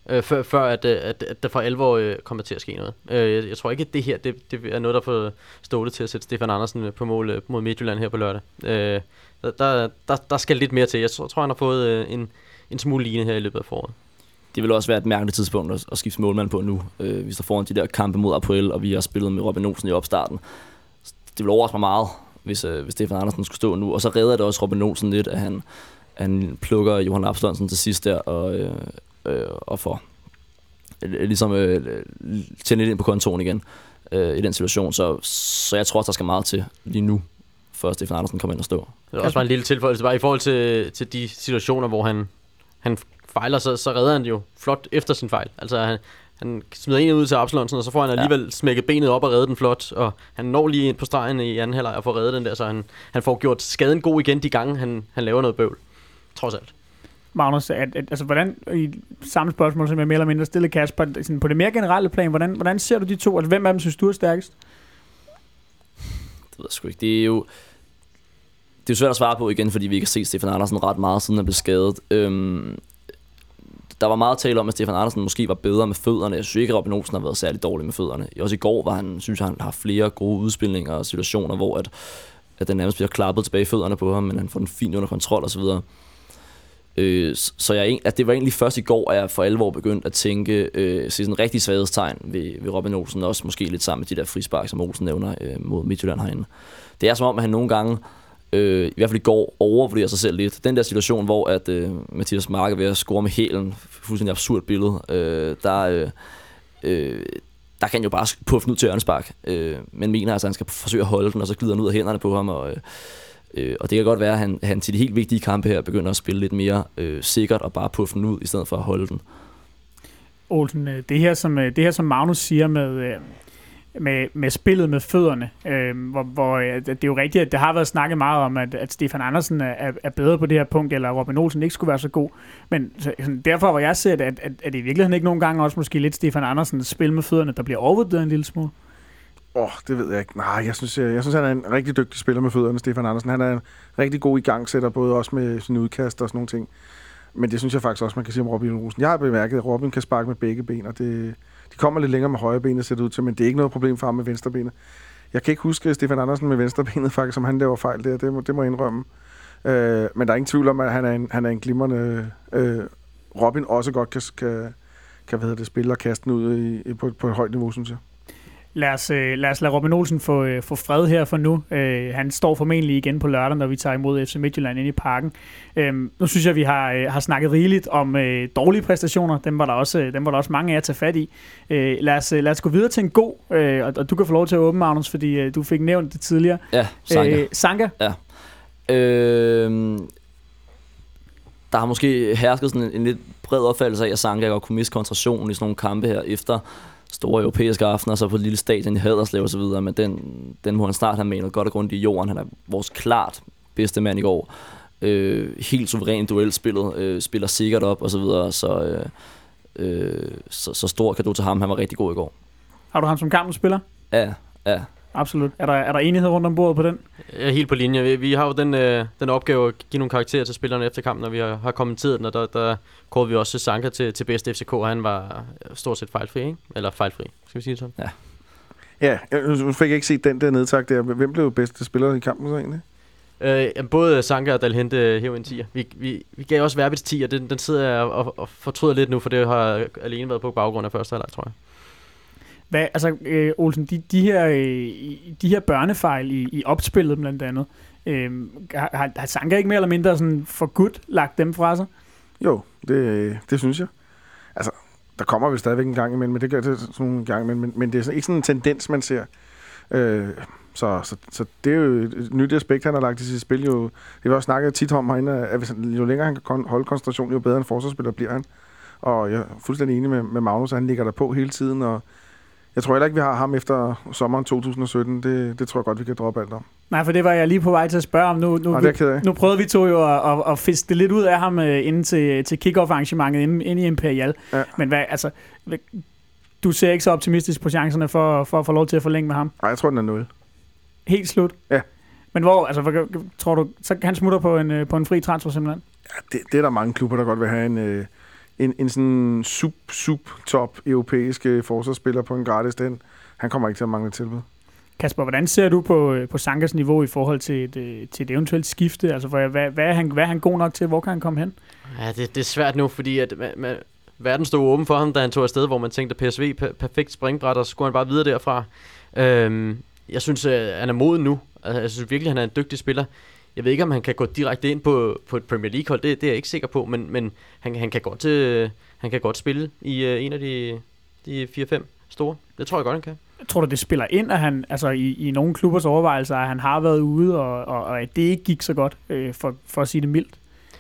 øh, før, før at, at, at der for alvor øh, kommer til at ske noget. Øh, jeg, jeg tror ikke, at det her det, det er noget, der får Ståle til at sætte Stefan Andersen på mål øh, mod Midtjylland her på lørdag. Øh, der, der, der skal lidt mere til. Jeg tror, han har fået øh, en, en smule lignende her i løbet af foråret. Det vil også være et mærkeligt tidspunkt at, at skifte målmand på nu, øh, hvis der foran de der kampe mod April, og vi har spillet med Robin Olsen i opstarten. Det vil overraske mig meget, hvis, øh, hvis Stefan Andersen skulle stå nu. Og så redder det også Robin Olsen lidt, at han, han plukker Johan Absalonsen til sidst der, og, øh, øh, og får øh, ligesom øh, tænde lidt ind på kontoen igen øh, i den situation. Så, så jeg tror også, der skal meget til lige nu, før Stefan Andersen kommer ind og stå. Det er også bare en lille tilføjelse, bare i forhold til, til de situationer, hvor han, han fejler, så, så redder han jo flot efter sin fejl. Altså han, han smider en ud til Absalonsen, og så får han alligevel ja. smækket benet op og reddet den flot, og han når lige ind på stregen i anden halvleg og får reddet den der, så han, han får gjort skaden god igen de gange, han, han laver noget bøvl. Trods alt. Magnus, at, at, altså hvordan, i samme spørgsmål, som jeg mere eller mindre stille Kasper, sådan på det mere generelle plan, hvordan, hvordan ser du de to? Altså hvem af dem synes du er stærkest? Det ved jeg sgu ikke. Det er jo det er jo svært at svare på igen, fordi vi ikke har set Stefan Andersen ret meget, siden han blev skadet. Øhm, Der var meget tale om, at Stefan Andersen måske var bedre med fødderne. Jeg synes ikke, at Robin Olsen har været særlig dårlig med fødderne. Også i går var han, synes jeg, han har flere gode udspilninger og situationer, hvor at, at den nærmest bliver klappet tilbage i fødderne på ham, men han får den fint under kontrol og så videre. Øh, så jeg, at det var egentlig først i går, at jeg for alvor begyndte at tænke, øh, se sådan en rigtig svaghedstegn ved, ved Robin Olsen, også måske lidt sammen med de der frispark, som Olsen nævner øh, mod Midtjylland herinde. Det er som om, at han nogle gange, Øh, i hvert fald i går, overvurderer sig selv lidt. Den der situation, hvor at, øh, Mathias Mark er ved at score med hælen, fuldstændig absurd billede, øh, der, øh, øh, der kan han jo bare puffe ud til Ørnspark, øh, men mener altså, at han skal forsøge at holde den, og så glider han ud af hænderne på ham, og, øh, og det kan godt være, at han, han til de helt vigtige kampe her begynder at spille lidt mere øh, sikkert, og bare puffe den ud, i stedet for at holde den. Olsen, det her som, det her, som Magnus siger med... Med, med spillet med fødderne, øh, hvor, hvor det er jo rigtigt, at det har været snakket meget om, at, at Stefan Andersen er, er bedre på det her punkt, eller Robin Olsen ikke skulle være så god. Men så, sådan, derfor var jeg set, at, at, at det i virkeligheden ikke nogen gange også måske lidt Stefan Andersens spil med fødderne, der bliver overvurderet en lille smule. Åh, oh, det ved jeg ikke. Nej, jeg synes, jeg, jeg synes, han er en rigtig dygtig spiller med fødderne, Stefan Andersen. Han er en rigtig god igangsætter, både også med sine udkast og sådan nogle ting. Men det synes jeg faktisk også, man kan sige om Robin Olsen. Jeg har bemærket, at Robin kan sparke med begge ben, og det... De kommer lidt længere med højre benet, ser det ud til, men det er ikke noget problem for ham med venstre benet. Jeg kan ikke huske Stefan Andersen med venstre benet, faktisk, som han laver fejl der. Det må, det må jeg indrømme. Øh, men der er ingen tvivl om, at han er en, han er en glimrende... Øh, Robin også godt kan, kan, kan hvad hedder det, spille og kaste den ud i, på, på et højt niveau, synes jeg. Lad os, øh, lad os lade Robin Olsen få, øh, få fred her for nu. Øh, han står formentlig igen på lørdag, når vi tager imod F C Midtjylland inde i parken. Øh, nu synes jeg, vi har, øh, har snakket rigeligt om øh, dårlige præstationer. Dem var der også, øh, dem var der også mange af jer at tage fat i. Øh, lad, os, øh, lad os gå videre til en god, øh, og, og du kan få lov til at åbne, Magnus, fordi øh, du fik nævnt det tidligere. Ja, Sanka. Øh, Sanka? Ja. Øh, der har måske hersket sådan en, en lidt bred opfattelse af, at Sanka godt kunne miste koncentrationen i sådan nogle kampe her efter store europæiske aftener, så på et lille stadion i Haderslev og så videre, men den, den må han snart have malet godt og grundigt i jorden. Han er vores klart bedste mand i går. Øh, helt suveræn duelspillet, øh, spiller sikkert op og så videre, så, øh, øh, så, så stor kan du til ham. Han var rigtig god i går. Har du ham som kampens spiller? Ja, ja. Absolut. Er der, er der enighed rundt om bordet på den? Jeg er helt på linje. Vi, vi har jo den, øh, den opgave at give nogle karakterer til spillerne efter kampen, når vi har, har kommenteret den, og der, der kårede vi også Sanka til, til bedste F C K, og han var stort set fejlfri, ikke? Eller fejlfri, skal vi sige det sådan? Ja. Ja, nu fik jeg ikke set den der nedtak der. Hvem blev bedste spiller i kampen så egentlig? Øh, både Sanka og Dalhente hæv en tier. Vi, vi, vi gav også Verbits tier, den, den sidder jeg og, og fortryder lidt nu, for det har alene været på baggrund af første halvleg, tror jeg. Hvad, altså, øh, Olsen, de, de, her, øh, de her børnefejl i, i opspillet blandt andet, øh, har, har Sanka ikke mere eller mindre sådan for godt lagt dem fra sig? Jo, det, det synes jeg. Altså, der kommer vi stadigvæk en gang imellem, men det gør det sådan en gang imellem, men, men det er ikke sådan en tendens, man ser. Øh, så, så, så det er jo et nyt aspekt, han har lagt i sit spil. Jo, det har også snakket tit om herinde, at hvis, jo længere han kan holde koncentrationen, jo bedre en forsvarsspiller bliver han. Og jeg er fuldstændig enig med, med Magnus, at han ligger der på hele tiden, og jeg tror heller ikke, vi har ham efter sommeren to tusind sytten. Det, det tror jeg godt, vi kan droppe alt om. Nej, for det var jeg lige på vej til at spørge om. Nu, nu, Nå, det er nu prøvede vi to jo at, at, at fiske det lidt ud af ham uh, inden til, til kick-off-arrangementet inde, inde i Imperial. Ja. Men hvad, altså, du ser ikke så optimistisk på chancerne for, for at få lov til at forlænge med ham? Nej, jeg tror, den er nul. Helt slut? Ja. Men hvor, altså, hvor, tror du, så han smutter på en, på en fri transfer simpelthen? Ja, det, det er der mange klubber, der godt vil have en... Øh, en, en sådan sub, sub top europæisk forsvarsspiller på en gratis den. Han kommer ikke til at mangle tilbud. Kasper, hvordan ser du på, på Sankas niveau i forhold til et, til et eventuelt skifte? Altså, hvad, hvad, er han, hvad er han god nok til? Hvor kan han komme hen? Ja, det, det er svært nu, fordi at, man, man, verden stod åben for ham, da han tog afsted, hvor man tænkte, P S V, per, perfekt springbræt, og så skulle han bare videre derfra. Øhm, jeg synes, at han er moden nu. Altså, jeg synes virkelig, at han er en dygtig spiller. Jeg ved ikke, om han kan gå direkte ind på, på et Premier League-hold. Det, det er jeg ikke sikker på, men, men han, han, kan godt, øh, han kan godt spille i øh, en af de, de fire fem store. Det tror jeg godt, han kan. Tror du, det spiller ind, at han, altså i, i nogle klubbers overvejelser, at han har været ude, og, og, og at det ikke gik så godt, øh, for, for at sige det mildt?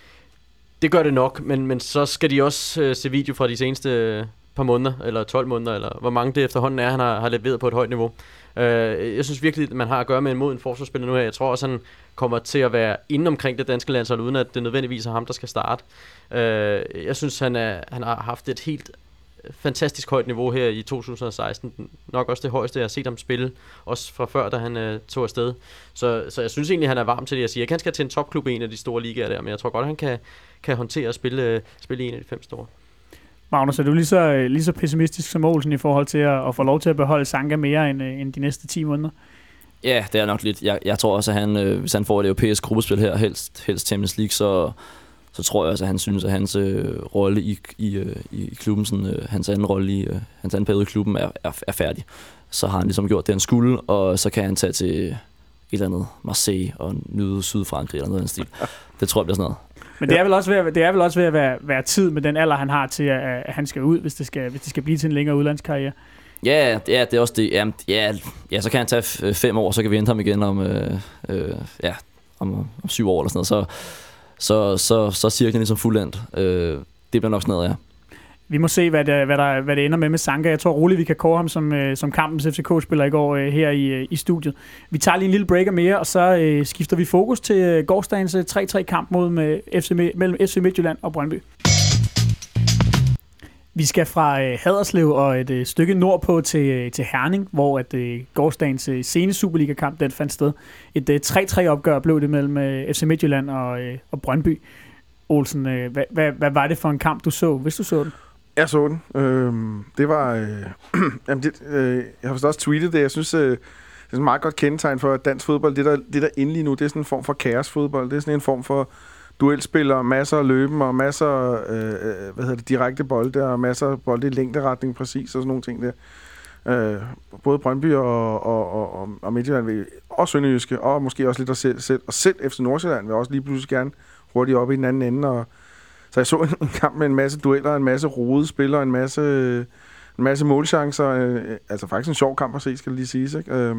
Det gør det nok, men, men så skal de også øh, se video fra de seneste par måneder, eller tolv måneder, eller hvor mange det efterhånden er, han har, har leveret på et højt niveau. Øh, jeg synes virkelig, at man har at gøre med en moden forsvarsspiller nu her. Jeg tror også, han kommer til at være inde omkring det danske landshold, uden at det nødvendigvis er ham, der skal starte. Øh, jeg synes, han, er, han har haft et helt fantastisk højt niveau her i to tusind og seksten. Nok også det højeste, jeg har set ham spille, også fra før, da han øh, tog afsted. Så, så jeg synes egentlig, han er varm til det. Jeg siger, at han skal til en topklub i en af de store ligaer der, men jeg tror godt, at han kan, kan håndtere at spille, øh, spille i en af de fem store. Magnus, er du lige så, lige så pessimistisk som Olsen i forhold til at, at få lov til at beholde Sanka mere end, end de næste ti måneder? Ja, det er nok lidt. Jeg, jeg tror også, at han, øh, hvis han får et europæisk gruppespil her, helst, helst Champions League, så, så tror jeg også, at han synes, at hans øh, rolle i, i, øh, i klubben, sådan, øh, hans anden rolle i, øh, hans anden periode i klubben er, er, er færdig. Så har han ligesom gjort det, han skulle, og så kan han tage til et eller andet Marseille og nyde Sydfrankrig eller noget af den stil. Det tror jeg bliver sådan noget. Men det er vel også ved at, det er vel også ved at være, være tid med den alder, han har til, at, at han skal ud, hvis det skal, hvis det skal blive til en længere udlandskarriere. Ja, ja, det er også det. Ja, ja, ja, så kan han tage fem år, så kan vi hente ham igen om, øh, øh, ja, om, om syv år eller sådan noget. Så, så, så, så er cirklen ligesom fuldendt. Øh, det bliver nok sådan noget, ja. Vi må se, hvad det, hvad, der, hvad det ender med med Sanka. Jeg tror roligt, vi kan kåre ham som, øh, som kampens F C K-spiller i går øh, her i, øh, i studiet. Vi tager lige en lille breaker mere, og så øh, skifter vi fokus til øh, gårsdagens øh, tre tre kamp mod med F C, mellem F C Midtjylland og Brøndby. Vi skal fra øh, Haderslev og et øh, stykke nordpå til, øh, til Herning, hvor at, øh, gårsdagens øh, sene Superliga-kamp den fandt sted. Et øh, tre tre opgør blev det mellem øh, F C Midtjylland og, øh, og Brøndby. Olsen, øh, hvad, hvad, hvad var det for en kamp, du så, hvis du så den? Jeg så den. Øhm, det var... Øh, jamen det, øh, jeg har forstået også tweetet det. Jeg synes, øh, det er et meget godt kendetegn for dansk fodbold. Det der, det der inde lige nu, det er sådan en form for kaosfodbold. Det er sådan en form for duelspillere, masser af løben og masser øh, hvad hedder det, direkte bolde og masser af bolde i længderetning præcis og sådan nogle ting der. Øh, både Brøndby og, og, og, og Midtjylland vil, og Sønderjyske og måske også lidt os selv, selv og selv F C Nordsjælland vil også lige pludselig gerne hurtigt op i den anden ende. Og så jeg så en kamp med en masse dueller, en masse rodede spillere, en masse, en masse målchancer. Øh, altså faktisk en sjov kamp at se, skal det lige siges, ikke? Øh,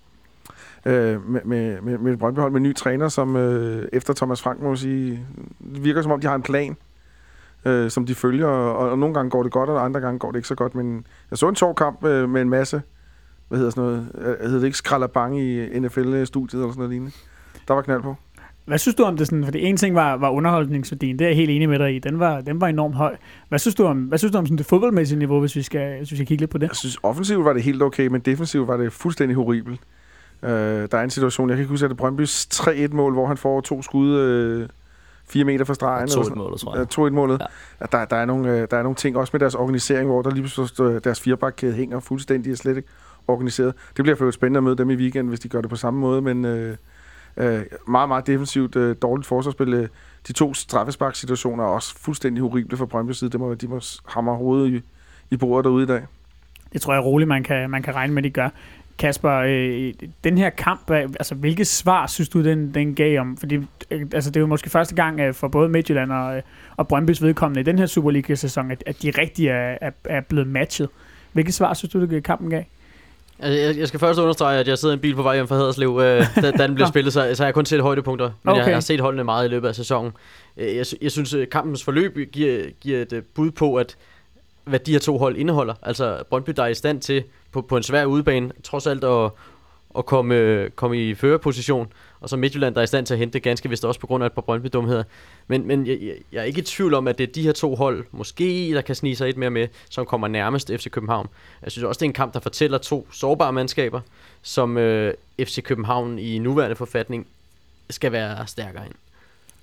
øh, med, med, med, med et Brøndby-hold med en ny træner, som øh, efter Thomas Frank må sige, det virker som om, de har en plan, øh, som de følger, og, og nogle gange går det godt, og andre gange går det ikke så godt. Men jeg så en sjov kamp øh, med en masse, hvad hedder sådan noget, øh, hedder det ikke skralderbange i N F L-studiet eller sådan noget lignende. Der var knald på. Hvad synes du om det sådan? Fordi en ting var, var underholdningsværdien, det er jeg helt enig med dig i. Den var, den var enormt høj. Hvad synes du om, hvad synes du om sådan det fodboldmæssige niveau, hvis vi skal, hvis vi skal kigge lidt på det? Jeg synes, offensivt var det helt okay, men defensivt var det fuldstændig horribelt. Uh, der er en situation, jeg kan ikke huske, at det Brøndbys tre et mål, hvor han får to skud uh, fire meter fra stregen. to et målet, tror jeg. Uh, to et målet. Ja. Der, der, er nogle, uh, der er nogle ting, også med deres organisering, hvor der lige pludselig deres firebakkæde hænger fuldstændig og slet ikke organiseret. Det bliver for jo spændende at møde dem i weekenden, hvis de gør det på samme måde, men uh, uh, meget, meget defensivt, uh, dårligt forsvarsspil. De to straffesparksituationer er også fuldstændig horrible fra Brøndbys side. Det må, de må hamre hovedet i, i bordet derude i dag. Det tror jeg roligt, man kan, man kan regne med, de gør. Kasper, øh, den her kamp, altså hvilket svar synes du, den, den gav om? Fordi øh, altså, det er jo måske første gang øh, for både Midtjylland og, øh, og Brøndbys vedkommende i den her Superliga-sæson, at, at de rigtig er, er, er blevet matchet. Hvilket svar synes du, det kampen gav? Jeg, jeg skal først understrege, at jeg sidder i en bil på vej hjem fra Haderslev, øh, da, da den bliver spillet, så, så har jeg kun set højdepunkter, men okay. jeg, jeg har set holdene meget i løbet af sæsonen. Jeg, jeg synes, at kampens forløb giver, giver et bud på, at hvad de her to hold indeholder. Altså Brøndby, der er i stand til på, på en svær udebane, trods alt at, at komme, komme i førerposition, og så Midtjylland, der er i stand til at hente det ganske vist også på grund af et par Brøndby-dumheder. Men, men jeg, jeg er ikke i tvivl om, at det er de her to hold, måske der kan snige sig et mere med, som kommer nærmest F C København. Jeg synes også, det er en kamp, der fortæller to sårbare mandskaber, som øh, F C København i nuværende forfatning skal være stærkere ind.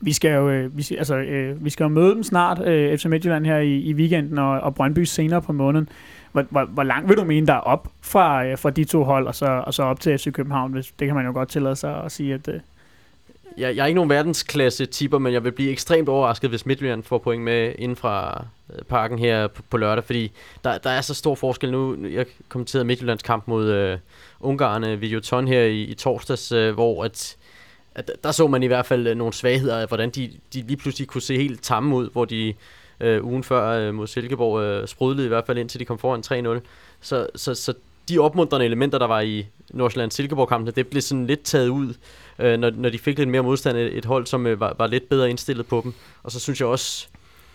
Vi skal jo, øh, vi, altså, øh, vi skal jo møde dem snart, øh, F C Midtjylland her i, i weekenden, og, og Brøndby senere på måneden. Hvor, hvor, hvor langt vil du mene, der er op fra, øh, fra de to hold, og så, og så op til F C København? Hvis, det kan man jo godt tillade sig at sige, at... Øh, Jeg, jeg er ikke nogen verdensklasse tipper, men jeg vil blive ekstremt overrasket, hvis Midtjylland får point med inden fra parken her på, på lørdag, fordi der, der er så stor forskel nu. Jeg kommenterede Midtjyllands kamp mod øh, Ungarn, Videoton her i, i torsdags, øh, hvor at, at der så man i hvert fald nogle svagheder af, hvordan de, de lige pludselig kunne se helt tamme ud, hvor de øh, ugen før øh, mod Silkeborg øh, sprudlede i hvert fald indtil de kom foran tre nul. Så, så, så de opmuntrende elementer, der var i Nordsjælland-Silkeborg-kampene, det blev sådan lidt taget ud, øh, når, når de fik lidt mere modstand, et, et hold, som øh, var, var lidt bedre indstillet på dem. Og så synes jeg også,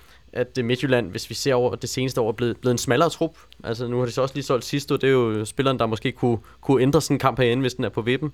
at Midtjylland, hvis vi ser over det seneste år, er blevet, blevet en smallere trup. Altså nu har de så også lige solgt Sisto, det er jo spilleren, der måske kunne, kunne ændre sådan en kamp herinde, hvis den er på vippen.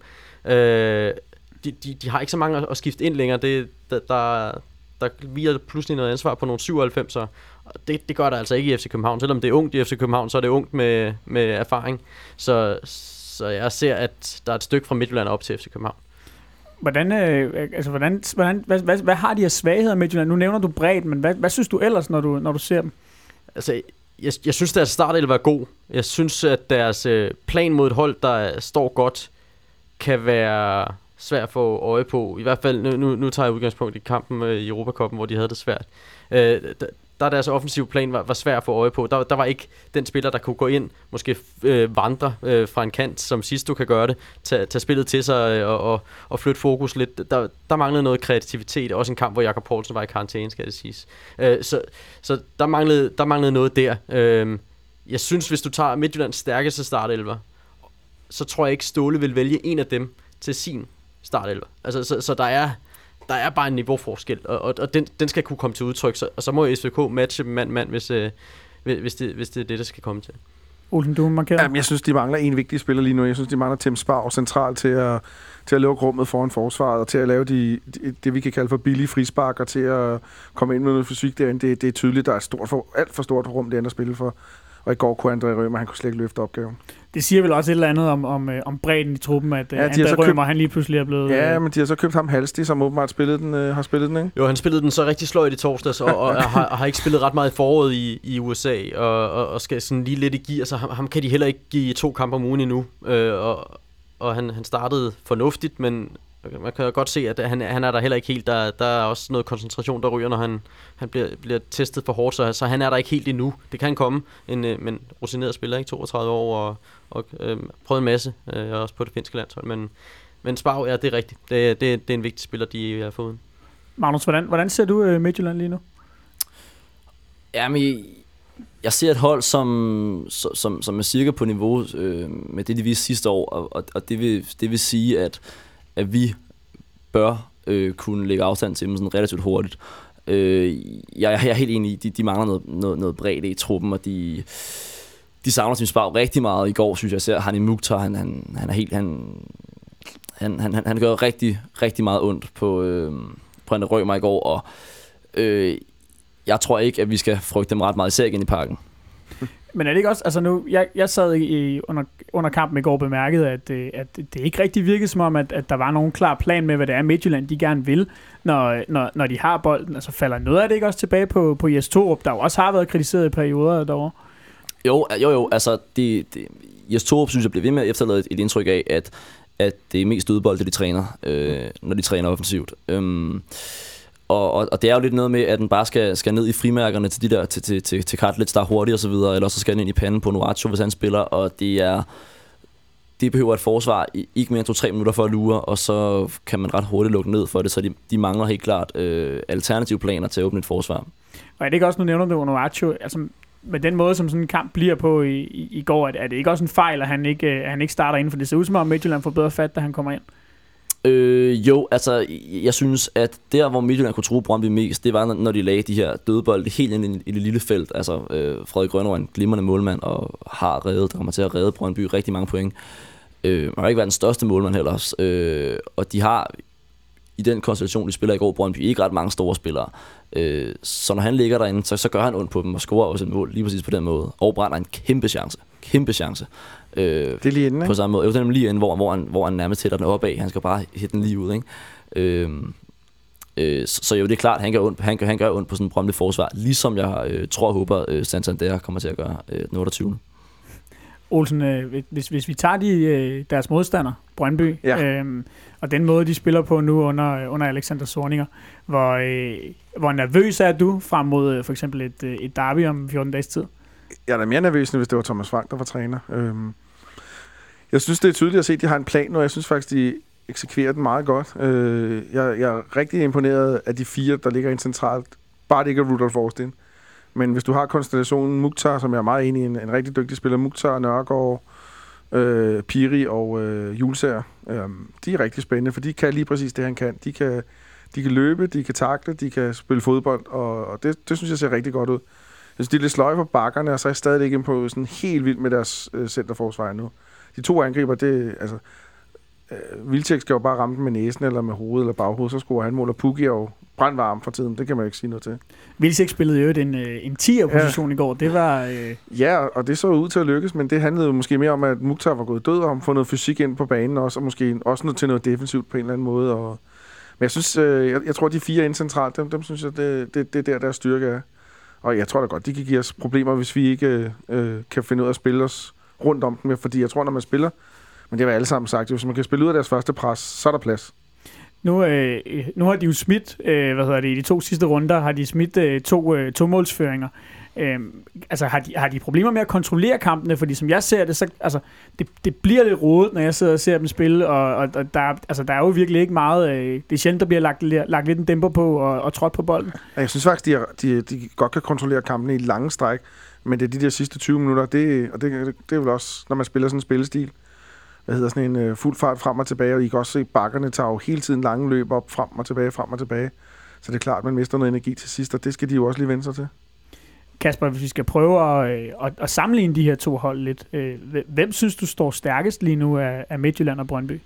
Øh, de, de, de har ikke så mange at, at skifte ind længere. Det, der, der, der viger pludselig noget ansvar på nogle syvoghalvfemser. Det, det gør der altså ikke i F C København. Selvom det er ungt i F C København, så er det ungt med, med erfaring. Så, så jeg ser, at der er et stykke fra Midtjylland op til F C København. Hvordan, øh, altså, hvordan, hvordan, hvad, hvad, hvad har de af svagheder Midtjylland? Nu nævner du bredt, men hvad, hvad synes du ellers, når du, når du ser dem? Altså, jeg, jeg synes, deres startelve var god. Jeg synes, at deres øh, plan mod et hold, der står godt, kan være svært at få øje på. I hvert fald, nu, nu, nu tager jeg udgangspunkt i kampen øh, i Europacupen, hvor de havde det svært. Øh, der, der deres offensive plan var, var svær at få øje på. Der, der var ikke den spiller, der kunne gå ind, måske øh, vandre øh, fra en kant, som Sisto kan gøre det, tage, tage spillet til sig øh, og, og, og flytte fokus lidt. Der, der manglede noget kreativitet. Også en kamp, hvor Jakob Poulsen var i karantæne, skal det siges. Øh, så så der, manglede, der manglede noget der. Øh, jeg synes, hvis du tager Midtjyllands stærkeste startelver, så tror jeg ikke, Ståle vil vælge en af dem til sin startelver. Altså, så, så der er der er bare en niveauforskel, og, og, og den, den skal kunne komme til udtryk, så, og så må S V K matche mand-mand, hvis, øh, hvis, det, hvis det er det, der skal komme til. Olsen, du markerer. Jamen, jeg synes, de mangler en vigtig spiller lige nu. Jeg synes, de mangler Tim Sparv centralt til at, til at lukke rummet foran forsvaret, og til at lave de, de, det, vi kan kalde for billige frispark, og til at komme ind med noget fysik derinde. Det, det er tydeligt, der er et stort for, alt for stort rum derinde at spille for. Og i går kunne André Rømer, han kunne slet ikke løfte opgaven. Det siger vel også et eller andet om, om, om bredden i truppen, at ja, André Rømer, købt... han lige pludselig er blevet... Ja, men de har så købt ham Halsti, som åbenbart spillet den, øh, har spillet den, ikke? Jo, han spillede den så rigtig sløjt i torsdags, og, og har, har ikke spillet ret meget i foråret i, i U S A, og, og, og skal sådan lige lidt i gear, så ham, ham kan de heller ikke give to kampe om ugen endnu. Øh, og og han, han startede fornuftigt, men man kan godt se, at han, han er der heller ikke helt. Der, der er også noget koncentration, der ryger, når han, han bliver, bliver testet for hårdt, så, så han er der ikke helt endnu. Det kan komme, en, men rutineret spiller, ikke toogtredive år, og, og øh, prøvet en masse, øh, også på det finske landshold. Men, men Sparv, ja, det er rigtigt. Det, det, det er en vigtig spiller, de har fået. Magnus, hvordan, hvordan ser du uh, Midtjylland lige nu? Jamen, jeg ser et hold, som, som, som er cirka på niveau øh, med det, de viste sidste år, og, og det, vil, det vil sige, at at vi bør øh, kunne lægge afstand til dem sådan relativt hurtigt. Øh, jeg, jeg er helt enig i, de, de mangler noget, noget, noget bredde i truppen, og de, de savner Tim Sparv rigtig meget. I går synes jeg, jeg ser Hani Mukhtar, han, han, han er helt, han, han, han, han gør rigtig, rigtig meget ondt på, øh, på André Rømer i går, og øh, jeg tror ikke, at vi skal frygte dem ret meget, især igen i parken. Men er det ikke også, altså nu, jeg, jeg sad i, under, under kampen i går og bemærkede, at, at det ikke rigtig virkede som om, at, at der var nogen klar plan med, hvad det er Midtjylland, de gerne vil, når, når, når de har bolden. Altså falder noget af det ikke også tilbage på, på Jes Torup, der jo også har været kritiseret i perioder derovre? Jo, jo, jo, altså det, det, Jes Torup synes jeg bliver ved med at efterlade et, et indtryk af, at, at det er mest dødbold, det de træner, øh, når de træner offensivt. Øhm, Og, og, og det er jo lidt noget med, at den bare skal, skal ned i frimærkerne til de der til, til, til, til Kartlitz, der er hurtigt og så videre, eller så skal den ind i panden på Nuacho, hvis han spiller, og det er det behøver et forsvar i ikke mere end to-tre minutter for at lure, og så kan man ret hurtigt lukke ned for det, så de, de mangler helt klart øh, alternative planer til at åbne et forsvar. Og er det ikke også, nu nævner du Nuacho, altså med den måde, som sådan en kamp bliver på i, i, i går, er det ikke også en fejl, at han ikke, at han ikke starter ind, for det ser ud som om Midtjylland får bedre fat, da han kommer ind? Øh, jo, altså, jeg synes, at der, hvor Midtjylland kunne true Brøndby mest, det var, når de lagde de her dødbolde helt ind i det lille felt. Altså, øh, Frederik Grønner er en glimrende målmand, og har reddet, der kommer til at redde Brøndby rigtig mange point. Øh, man har ikke været den største målmand heller. Øh, og de har, i den konstellation, de spiller i går, Brøndby, ikke ret mange store spillere. Øh, så når han ligger derinde, så, så gør han ondt på dem, og scorer også et mål, lige præcis på den måde. Og brænder en kæmpe chance. Kæmpe chance. Øh, det er lige inden, ikke? På samme måde. Jo, den er lige inden, hvor, hvor, han, hvor han nærmest hætter den opad. Han skal bare hætte den lige ud, ikke? Øh, Øh, så, så jo, det er klart, han gør ondt, han gør, han gør ondt på sådan en Brøndby forsvar, ligesom jeg øh, tror og håber, øh, Santander kommer til at gøre øh, den otteogtyvende Olsen, øh, hvis, hvis vi tager de, øh, deres modstander, Brøndby, Ja. øh, og den måde, de spiller på nu under, under Alexander Zorniger, hvor, øh, hvor nervøs er du frem mod øh, for eksempel et, øh, et derby om fjorten dages tid? Jeg er da mere nervøs, end hvis det var Thomas Frank, der var træner. Øhm, jeg synes, det er tydeligt at se, at de har en plan nu, og jeg synes faktisk, de eksekverer den meget godt. Øh, jeg, jeg er rigtig imponeret af de fire, der ligger ind centralt. Bare det ikke er Rudolf Austin. Men hvis du har konstellationen Mukhtar, som jeg er meget enig i, en, en rigtig dygtig spiller, Mukhtar, Nørgaard, øh, Piri og øh, Julsager, øh, de er rigtig spændende, for de kan lige præcis det, han kan. De kan, de kan løbe, de kan takle, de kan spille fodbold, og, og det, det synes jeg ser rigtig godt ud. Jeg synes, de er lidt sløje på bakkerne, og så er jeg stadig ikke på sådan helt vildt med deres øh, centerforsvar nu. De to angriber, det altså... Øh, Vilcek skal jo bare ramme den med næsen, eller med hovedet, eller baghovedet, så scorer han mål, og Pukki er jo brandvarm for tiden. Det kan man jo ikke sige noget til. Vilcek spillede jo en, en tier-position ja. i går. Det var... Øh... Ja, og det så ud til at lykkes, men det handlede jo måske mere om, at Mukhtar var gået død, og han får noget fysik ind på banen også, og måske også noget til noget defensivt på en eller anden måde. Og... Men jeg synes, øh, jeg, jeg tror, de fire ind centralt, dem, dem synes jeg, det, det, det er der, deres styrke er. Og jeg tror da godt, de kan give os problemer, hvis vi ikke øh, kan finde ud af at spille os rundt om dem, fordi jeg tror, når man spiller, men det har vi alle sammen sagt, hvis man kan spille ud af deres første pres, så er der plads. Nu, øh, nu har de jo smidt, øh, hvad hedder det, i de to sidste runder, har de smidt øh, to, øh, to målsføringer. Øh, altså, har de, har de problemer med at kontrollere kampene? Fordi som jeg ser det, så altså, det, det bliver lidt rodet, når jeg sidder og ser dem spille, og, og, og der, altså, der er jo virkelig ikke meget, øh, det er sjældent, der bliver lagt, lagt lidt en dæmper på og, og trådt på bolden. Ja, jeg synes faktisk, de, er, de, de godt kan kontrollere kampene i lange stræk, men det er de der sidste tyve minutter, det, og det, det, det er vel også, når man spiller sådan en spillestil, hvad hedder sådan en uh, fuld fart frem og tilbage, og I kan også se, at bakkerne tager jo hele tiden lange løb op, frem og tilbage, frem og tilbage. Så det er klart, at man mister noget energi til sidst, og det skal de jo også lige vende sig til. Kasper, hvis vi skal prøve at, at, at sammenligne de her to hold lidt, hvem synes du står stærkest lige nu af, af Midtjylland og Brøndby?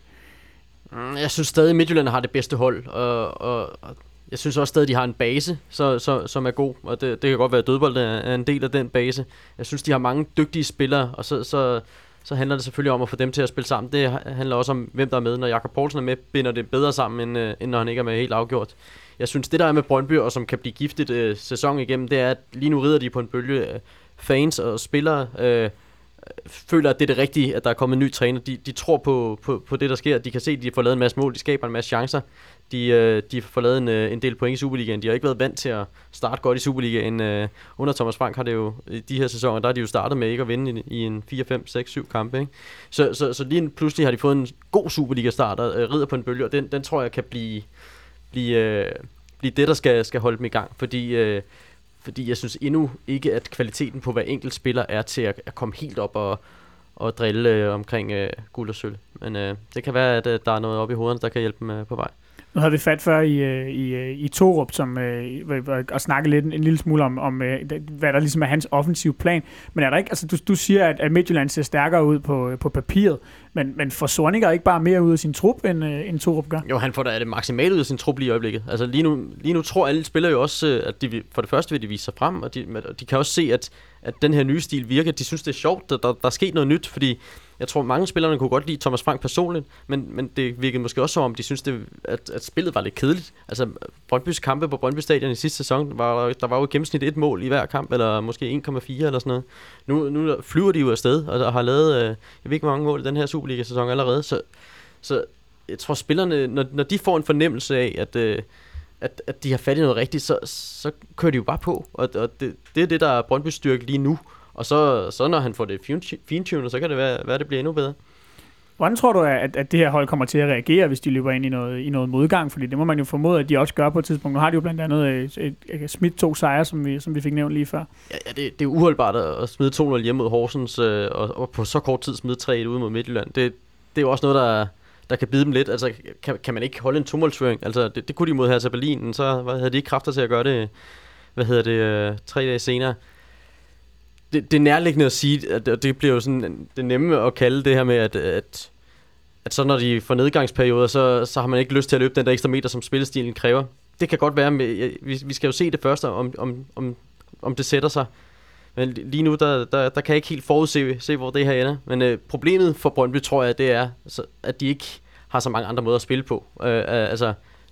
Jeg synes stadig, at Midtjylland har det bedste hold, og, og, og jeg synes også stadig, at de har en base, så, så, som er god, og det, det kan godt være, at dødbold er en del af den base. Jeg synes, de har mange dygtige spillere, og så... så så handler det selvfølgelig om at få dem til at spille sammen. Det handler også om, hvem der er med. Når Jakob Poulsen er med, binder det bedre sammen, end, end når han ikke er med helt afgjort. Jeg synes, det der er med Brøndby, og som kan blive giftigt øh, sæson igennem, det er, at lige nu rider de på en bølge. Fans og spillere øh, føler, at det er det rigtige, at der er kommet en ny træner. De, de tror på, på, på det, der sker. De kan se, at de får lavet en masse mål. De skaber en masse chancer. De, øh, de får lavet en, en del point i Superligaen. De har ikke været vant til at starte godt i Superligaen. Øh, under Thomas Frank har det jo, i de her sæsoner, der har de jo startet med ikke at vinde i, i en fire, fem, seks, syv kampe. Ikke? Så, så, så lige pludselig har de fået en god Superliga-start og øh, rider på en bølge, og den, den tror jeg kan blive, blive, øh, blive det, der skal, skal holde dem i gang. Fordi, øh, fordi jeg synes endnu ikke, at kvaliteten på hver enkelt spiller er til at, at komme helt op og, og drille øh, omkring øh, guld og sølv. Men øh, det kan være, at øh, der er noget oppe i hovederne, der kan hjælpe dem øh, på vej. Nu havde vi fat før i, i, i Torup, som øh, og snakke lidt en, en lille smule om, om øh, hvad der ligesom er hans offensive plan. Men er der ikke, altså du, du siger, at, at Midtjylland ser stærkere ud på, på papiret, men, men får Zorniger ikke bare mere ud af sin trup, end, øh, end Torup gør? Jo, han får da det maksimale ud af sin trup lige i øjeblikket. Altså lige nu, lige nu tror alle spillere jo også, at de, for det første vil de vise sig frem, og de, de kan også se, at, at den her nye stil virker. De synes, det er sjovt, der, der, der er sket noget nyt, fordi jeg tror, mange spillerne kunne godt lide Thomas Frank personligt, men, men det virkede måske også som om, de synes, det, at, at spillet var lidt kedeligt. Altså, Brøndbys kampe på Brøndby Stadion i sidste sæson, var, der var jo i gennemsnit et mål i hver kamp, eller måske en komma fire eller sådan noget. Nu, nu flyver de jo afsted, og har lavet, øh, jeg ved ikke, hvor mange mål i den her Superliga-sæson allerede, så, så jeg tror, spillerne, når, når de får en fornemmelse af, at, øh, at, at de har fat i noget rigtigt, så, så kører de jo bare på, og, og det, det er det, der er Brøndbys styrke lige nu. Og så, så når han får det fintunet, så kan det være, være, at det bliver endnu bedre. Hvordan tror du, at, at det her hold kommer til at reagere, hvis de løber ind i noget, i noget modgang? Fordi det må man jo formode, at de også gør på et tidspunkt. Nu har de jo blandt andet et, et, et smidt to sejre, som vi, som vi fik nævnt lige før. Ja, ja det, det er uholdbart at smide to nul hjemme mod Horsens, øh, og, og på så kort tid smide tre et ude mod Midtjylland. Det, det er jo også noget, der, der kan bide dem lidt. Altså, kan, kan man ikke holde en tomålsføring? Altså, det, det kunne de mod her til Berlin, så hvad, havde de ikke kræfter til at gøre det, hvad hedder det, øh, tre dage senere. Det, det er nærliggende at sige, at det, det bliver jo sådan det nemme at kalde det her med, at, at, at så når de får nedgangsperioder, så, så har man ikke lyst til at løbe den der ekstra meter, som spillestilen kræver. Det kan godt være, med, vi, vi skal jo se det først, om, om, om, om det sætter sig. Men lige nu, der, der, der kan jeg ikke helt forudse, se, hvor det her ender. Men øh, problemet for Brøndby, tror jeg, det er, så, at de ikke har så mange andre måder at spille på. Øh, altså,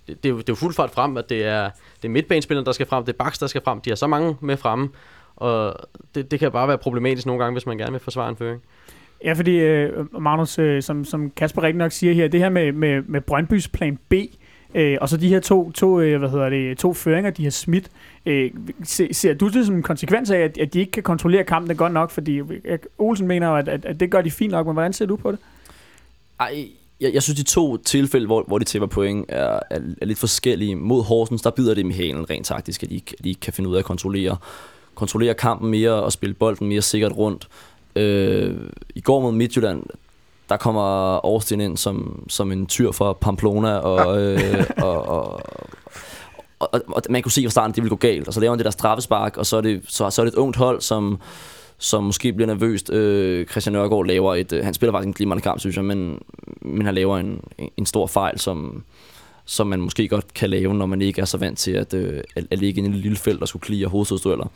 det, det, er jo, det er jo fuld fart frem, at det er, det er midtbanespillerne, der skal frem, det er backs, der skal frem. De har så mange med fremme, og det, det kan bare være problematisk nogle gange, hvis man gerne vil forsvare en føring. Ja, fordi øh, Magnus, øh, som, som Kasper rigtig nok siger her, det her med, med, med Brøndbys plan B, øh, og så de her to, to, øh, hvad hedder det, to føringer, de har smidt, øh, ser, ser du det som en konsekvens af, at, at de ikke kan kontrollere kampen godt nok? Fordi øh, Olsen mener jo, at, at, at det gør de fint nok, men hvordan ser du på det? Ej, jeg, jeg synes, de to tilfælde, hvor, hvor de taber point, er, er, er lidt forskellige. Mod Horsens, der bider det i halen rent taktisk, at de, de ikke kan finde ud af at kontrollere, kontrollere kampen mere og spille bolden mere sikkert rundt. Øh, I går mod Midtjylland, der kommer Austin ind som, som en tyr fra Pamplona, og, øh, og, og, og, og, og man kunne se fra starten, at det ville gå galt. Og så laver han det der straffespark, og så er det, så, så er det et ungt hold, som, som måske bliver nervøst. Øh, Christian Nørgaard laver et... Øh, han spiller faktisk en glimrende kamp, synes jeg, men, men han laver en, en stor fejl, som, som man måske godt kan lave, når man ikke er så vant til at, øh, at, at ligge i en lille felt og skulle clear hovedstødsdueller.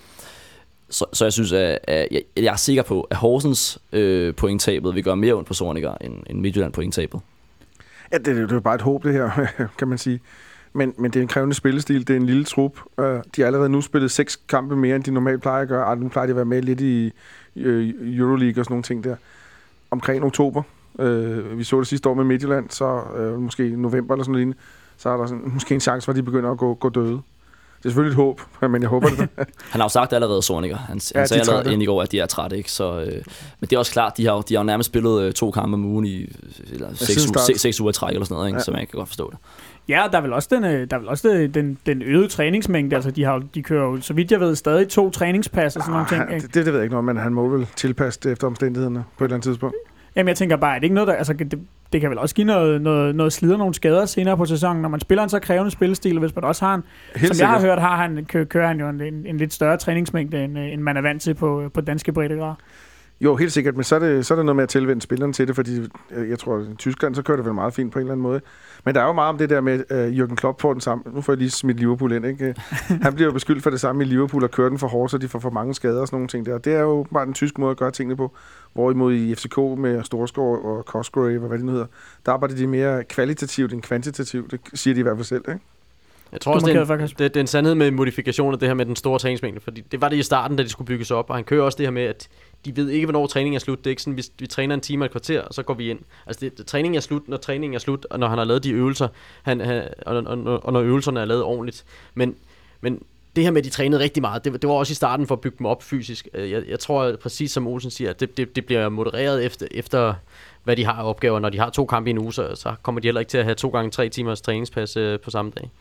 Så, så jeg synes, at, at jeg, jeg er sikker på, at Horsens øh, pointtabet vil gøre mere ondt på Zorniger, end, end Midtjylland pointtabet. Ja, det, det er jo bare et håb, det her, kan man sige. Men, men det er en krævende spillestil, det er en lille trup. Uh, de har allerede nu spillet seks kampe mere, end de normalt plejer at gøre. Ej, nu plejer de at være med lidt i uh, Euroleague og sådan nogle ting der. Omkring oktober. Uh, vi så det sidste år med Midtjylland, så uh, måske i november eller sådan noget lignende, så er der sådan, måske en chance for, at de begynder at gå, gå døde. Det er selvfølgelig et håb, men jeg håber det. Han har jo sagt allerede, Zorniger. Han, ja, han sagde allerede inden i går, at de er trætte, ikke? Så, øh, men det er også klart, de har jo, de har jo nærmest spillet øh, to kampe om ugen i eller, seks, uge, seks, seks uger træk eller sådan noget, ikke? Ja. Så man kan godt forstå det. Ja, der er vel også den, der er vel også den, den øgede træningsmængde. Altså, de, har, de kører jo, så vidt jeg ved, stadig to træningspas og sådan Arh, nogle ting. Ikke? Det, det ved jeg ikke noget, men han må vel tilpasse det efter omstændighederne på et eller andet tidspunkt. Jamen, jeg tænker bare, at det ikke noget, der... Altså, det, det kan vel også give noget, noget, noget slid og nogle skader senere på sæsonen, når man spiller en så krævende spillestil, hvis man også har en... Helt som sikkert. Jeg har hørt, har han, kø, kører han jo en, en, en lidt større træningsmængde, end, end man er vant til på, på danske breddegrader. Jo, helt sikkert, men så er, det, så er det noget med at tilvende spillerne til det, fordi jeg tror, at i Tyskland, så kører det vel meget fint på en eller anden måde. Men der er jo meget om det der med, at uh, Jürgen Klopp får den samme... Nu får jeg lige smidt Liverpool ind, ikke? Han bliver jo beskyldt for det samme i Liverpool, og kører den for hårdt, så de får for mange skader og sådan nogle ting der. Det er jo bare den tyske måde at gøre tingene på. Hvorimod i F C K med Storskov og Cosgrave, hvad det nu hedder, der arbejder de mere kvalitativt end kvantitativt. Det siger de i hvert fald selv, ikke? Jeg tror også, det er, en, det, det er en sandhed med modifikationer, det her med den store træningsmængde, fordi det var det i starten, da de skulle bygges op, og han kører også det her med, at de ved ikke, hvornår træningen er slut. Det er ikke sådan, vi, vi træner en time og et kvarter, og så går vi ind. Altså, det, det, træningen er slut, når træningen er slut, og når han har lavet de øvelser, han, han, og, og, og når øvelserne er lavet ordentligt. Men, men det her med, at de trænede rigtig meget, det, det var også i starten for at bygge dem op fysisk. Jeg, jeg tror præcis som Olsen siger, at det, det, det bliver modereret efter, efter, hvad de har af opgaver. Når de har to kampe i en uge, så, så kommer de heller ikke til at have to gange tre timers træningspas øh, på samme dag.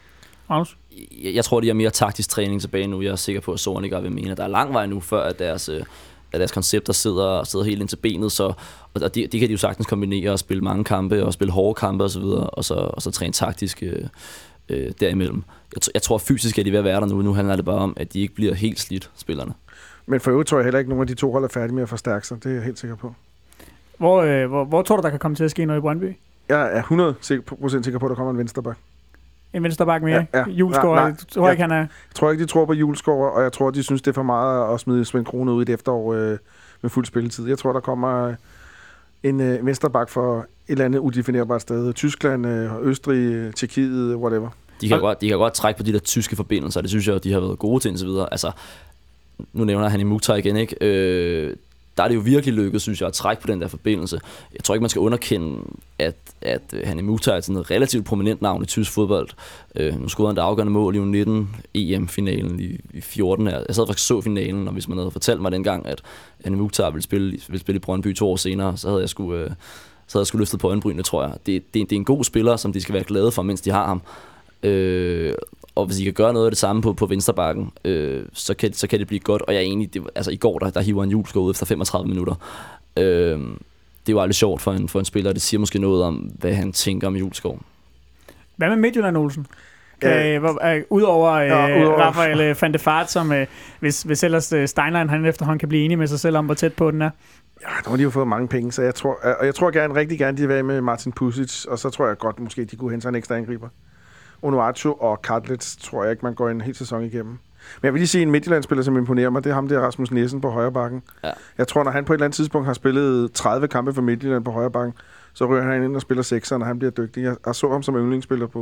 Jeg, jeg tror, de har mere taktisk træning tilbage nu. Jeg er sikker på, at Zorniger vil mene, at der er lang vej nu, før at deres, at deres koncepter sidder, sidder helt ind til benet. Så, og det, det kan de jo sagtens kombinere og spille mange kampe og spille hårde kampe osv., og så, og så træne taktisk øh, øh, derimellem. Jeg, jeg tror fysisk, at de er ved at være der nu. Nu handler det bare om, at de ikke bliver helt slidt, spillerne. Men for øvrigt tror jeg heller ikke, at nogen af de to hold er færdige med at forstærke sig. Det er jeg helt sikker på. Hvor, øh, hvor, hvor tror du, der kan komme til at ske noget i Brøndby? Jeg er hundrede procent sikker på, at der kommer en venstreback. En venstreback mere? Ja, ja. Julesgaard, nej, nej, jeg tror ja. ikke, han er... Jeg tror ikke, de tror på Julesgaard, og jeg tror, de synes, det er for meget at smide Svend Krone ud i et efterår øh, med fuld spilletid. Jeg tror, der kommer en øh, venstreback for et eller andet udefinerbart sted. Tyskland, øh, Østrig, Tjekkiet, whatever. De kan, godt, de kan godt trække på de der tyske forbindelser, det synes jeg, de har været gode til indtil videre. Altså, nu nævner han i Mukhtar igen, ikke? Øh, der er det jo virkelig lykkedes, synes jeg, at trække på den der forbindelse. Jeg tror ikke, man skal underkende, at, at han i Mukhtar er sådan et relativt prominent navn i tysk fodbold. Øh, nu scorede han det afgørende mål i U nitten E M-finalen i, i fjorten. Jeg sad faktisk så finalen, og hvis man havde fortalt mig dengang, at han i Mukhtar ville spille, ville spille i Brøndby to år senere, så havde jeg sgu, øh, så havde jeg sgu løftet på øjenbrynene, tror jeg. Det, det, det er en god spiller, som de skal være glade for, mens de har ham. Øh, og hvis I kan gøre noget af det samme på, på venstrebakken, øh, så, kan, så kan det blive godt. Og jeg er enig, det, altså i går, der, der hiver en Julesgaard ud efter femogtredive minutter. Øh, det var lidt sjovt for en, for en spiller, det siger måske noget om, hvad han tænker om Julesgaard. Hvad med Midtjylland, Olsen? Ja. Øh, øh, Udover øh, ja, udover Rafael van de Vaart, som øh, hvis, hvis ellers øh, Steinlein han efterhånden kan blive enig med sig selv om, hvor tæt på den er. Ja, der har de jo fået mange penge, så jeg tror, og jeg tror gerne, rigtig gerne, de vil være med Martin Pusic, og så tror jeg godt, måske de kunne hente sig en ekstra angriber. Onuachu og Kartlitz tror jeg ikke, man går en hel sæson igennem. Men jeg vil lige sige, en Midtjylland-spiller, som imponerer mig, det er ham der, Rasmus Nielsen på højre bakken. Ja. Jeg tror, når han på et eller andet tidspunkt har spillet tredive kampe for Midtjylland på højre bakken, så rører han ind og spiller sekseren, og han bliver dygtig. Jeg så ham som yndlingsspiller på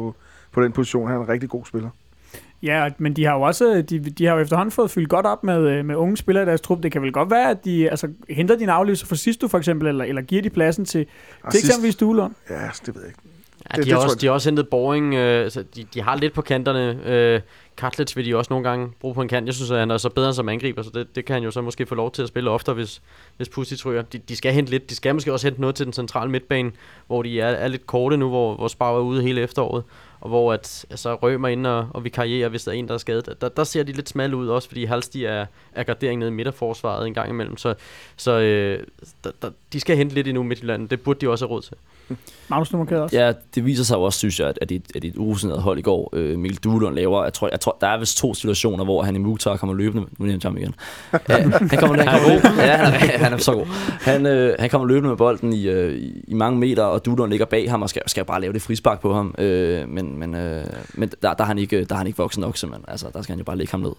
på den position. Han er en rigtig god spiller. Ja, men de har jo også de, de har jo efterhånden fået fyldt godt op med, med unge spillere i deres trup. Det kan vel godt være, at de altså, henter din afløser for Sisto for eksempel, eller, eller giver de pladsen til, til eksempelvis Duelund. Ja, det ved jeg ikke. Ja, det, de, har det, også, jeg... de har også hentet Boring, øh, så de, de har lidt på kanterne. Øh, Katlitz vil de også nogle gange bruge på en kant. Jeg synes, at han er så bedre som angriber, så det, det kan han jo så måske få lov til at spille oftere, hvis, hvis Pusic ryger. De, de skal hente lidt. De skal måske også hente noget til den centrale midtbane, hvor de er, er lidt korte nu, hvor, hvor Spar er ude hele efteråret, og hvor at, altså, Rømer ind og, og vikarierer, hvis der er en, der er skadet. Der, der ser de lidt smalle ud også, fordi Halstig er, er gardering nede i midterforsvaret en gang imellem. Så, så øh, der, der, de skal hente lidt endnu Midtjylland. Det burde de også have råd til. Magnus, du markerer også. Ja, det viser sig jo også, synes jeg, at det er et urutineret hold i går. Øh, Mikkel Duelund laver, jeg tror, jeg tror, der er vist to situationer, hvor han i Mukhtar kommer løbende. Nu er han igen. Ja, han kommer, han kommer løbende. Ja, han er, han er så god. Han, øh, han kommer løbende med bolden i, øh, i, i mange meter, og Duelund ligger bag ham og skal, skal bare lave det frispark på ham. Øh, men men, øh, men der, der, er han ikke, der er han ikke voksen nok, simpelthen. Altså, der skal han jo bare lægge ham ned.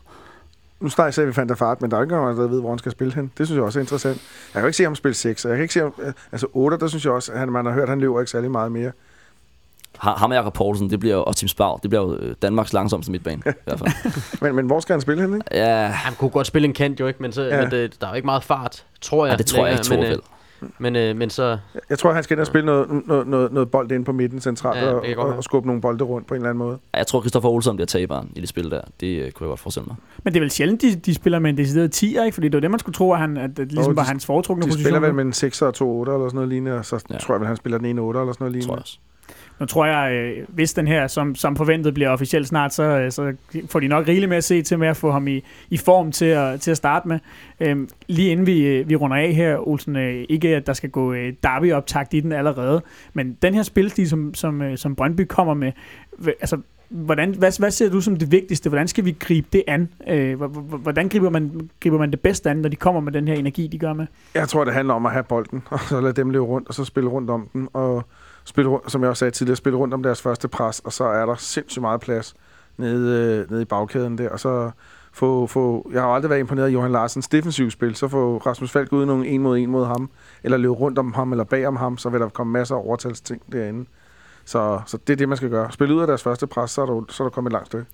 Nu snart sagde vi Van der Fart, men der er ikke nogen, der ved, hvor han skal spille hen. Det synes jeg også er interessant. Jeg kan ikke se ham spille seks, og jeg kan ikke se ham... Altså otte, der synes jeg også, at man har hørt, at han løber ikke særlig meget mere. Ham og Jakob Poulsen, det bliver jo, og Tim Spau, det bliver jo Danmarks langsomste midtbane, i hvert fald. men, men hvor skal han spille hen, ikke? Ja. Han kunne godt spille en kant jo ikke, men, så, ja. men det, der er jo ikke meget fart, tror jeg. Ja, det tror jeg ikke, tror jeg Men, øh, men så... Jeg tror, han skal ind og spille noget, noget, noget, noget bold ind på midten centralt, ja, og, og, og skubbe nogle bolde rundt på en eller anden måde. Jeg tror, Christoffer Olsen bliver taberen i det spil der. Det uh, kunne jeg godt forestille mig. Men det er vel sjældent, de, de spiller med en decideret tier, ikke? Fordi det var det, man skulle tro, at, han, at det ligesom oh, var de, hans foretrukne position. De spiller vel med en sekser og to otter eller sådan noget lignende, og så ja. tror jeg vel, han spiller den ene otter eller sådan noget lignende. Tror Nu tror jeg, hvis den her, som, som forventet, bliver officielt snart, så, så får de nok rigeligt med at se til med at få ham i, i form til at, til at starte med. Øhm, lige inden vi, vi runder af her, Olsen, øh, ikke at der skal gå øh, derby-optakt i den allerede, men den her spilstil, som, som, øh, som Brøndby kommer med, altså, hvordan, hvad, hvad ser du som det vigtigste? Hvordan skal vi gribe det an? Øh, hvordan griber man, griber man det bedste an, når de kommer med den her energi, de gør med? Jeg tror, det handler om at have bolden, og så lade dem løbe rundt, og så spille rundt om den, og spille rundt, som jeg også sagde tidligere, spille rundt om deres første pres, og så er der sindssygt meget plads nede, nede i bagkæden der, og så få, få, jeg har aldrig været imponeret af Johan Larsens defensive spil, så få Rasmus Falk ud nogle en mod en mod ham, eller løbe rundt om ham, eller bag om ham, så vil der komme masser af overtalsting derinde. Så, så det er det, man skal gøre. Spille ud af deres første pres, så er der, så er der kommet et langt stykke.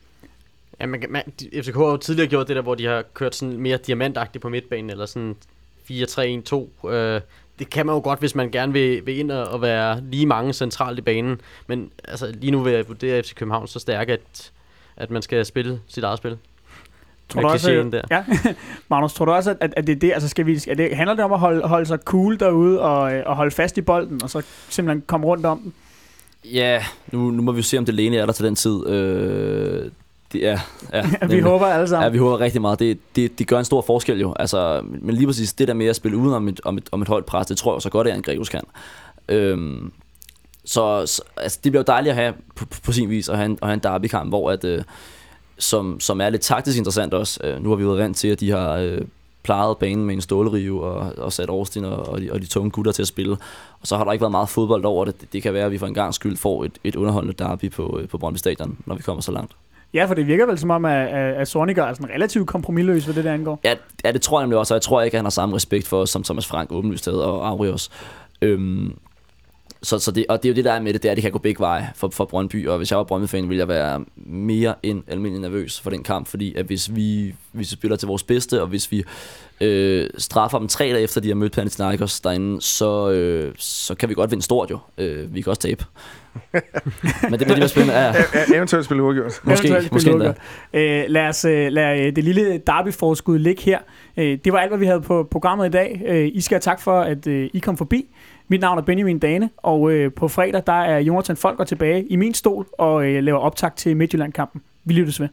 Ja, man, man, F C K har jo tidligere gjort det der, hvor de har kørt sådan mere diamantagtigt på midtbanen, eller sådan fire tre en to. Øh, det kan man jo godt, hvis man gerne vil, vil ind og være lige mange centralt i banen. Men altså, lige nu vil jeg vurdere F C København så stærk, at, at man skal spille sit eget spil. Tror du også, der. Ja. Magnus, tror du også, at, at det er det, altså skal vi, er det, handler det om at holde, holde sig cool derude og, og holde fast i bolden, og så simpelthen komme rundt om den? Ja, nu, nu må vi jo se, om det Lene er der til den tid. Øh, det er, ja, ja, vi håber alle sammen. Ja, vi håber rigtig meget. Det, det, det gør en stor forskel jo. Altså, men lige præcis det der med at spille uden om et, om et, om et højt pres, det tror jeg så godt, at en Gregus kan. Øhm, så så altså, det bliver jo dejligt at have på, på sin vis, at have en, at have en derbykamp, hvor at, øh, som, som er lidt taktisk interessant også. Øh, nu har vi været rent til, at de har øh, plejet banen med en stålrive og, og sat Austin og, og, de, og de tunge gutter til at spille. Og så har der ikke været meget fodbold over det. Det, det kan være, at vi for en gang skyld får et, et underholdende derby på, på Brøndby Stadion, når vi kommer så langt. Ja, for det virker vel som om, at, at Zorniger er sådan relativt kompromisløs, hvad det der angår. Ja, ja, det tror jeg nemlig også, og jeg tror ikke, at han har samme respekt for os, som Thomas Frank åbenlyst havde, og Aurios. Øhm, så, så det, og det er jo det, der er med det, det er, at det kan gå begge veje for, for Brøndby, og hvis jeg var Brøndby-fan, ville jeg være mere end almindelig nervøs for den kamp, fordi at hvis vi, hvis vi spiller til vores bedste, og hvis vi øh, straffer dem tre dage efter, de har mødt Panathinaikos derinde, så, øh, så kan vi godt vinde stort jo. Øh, vi kan også tabe. Men det bliver spændende. Ja. Eventuelt spille uafgjort. Måske, måske endda. Øh, lad os lad det lille derby-forskud ligge her. Øh, det var alt, hvad vi havde på programmet i dag. Øh, I skal have tak for, at øh, I kom forbi. Mit navn er Benjamin Dane, og øh, på fredag der er Jonathan Folker tilbage i min stol og øh, laver optakt til Midtjylland-kampen. Vi lyttes ved.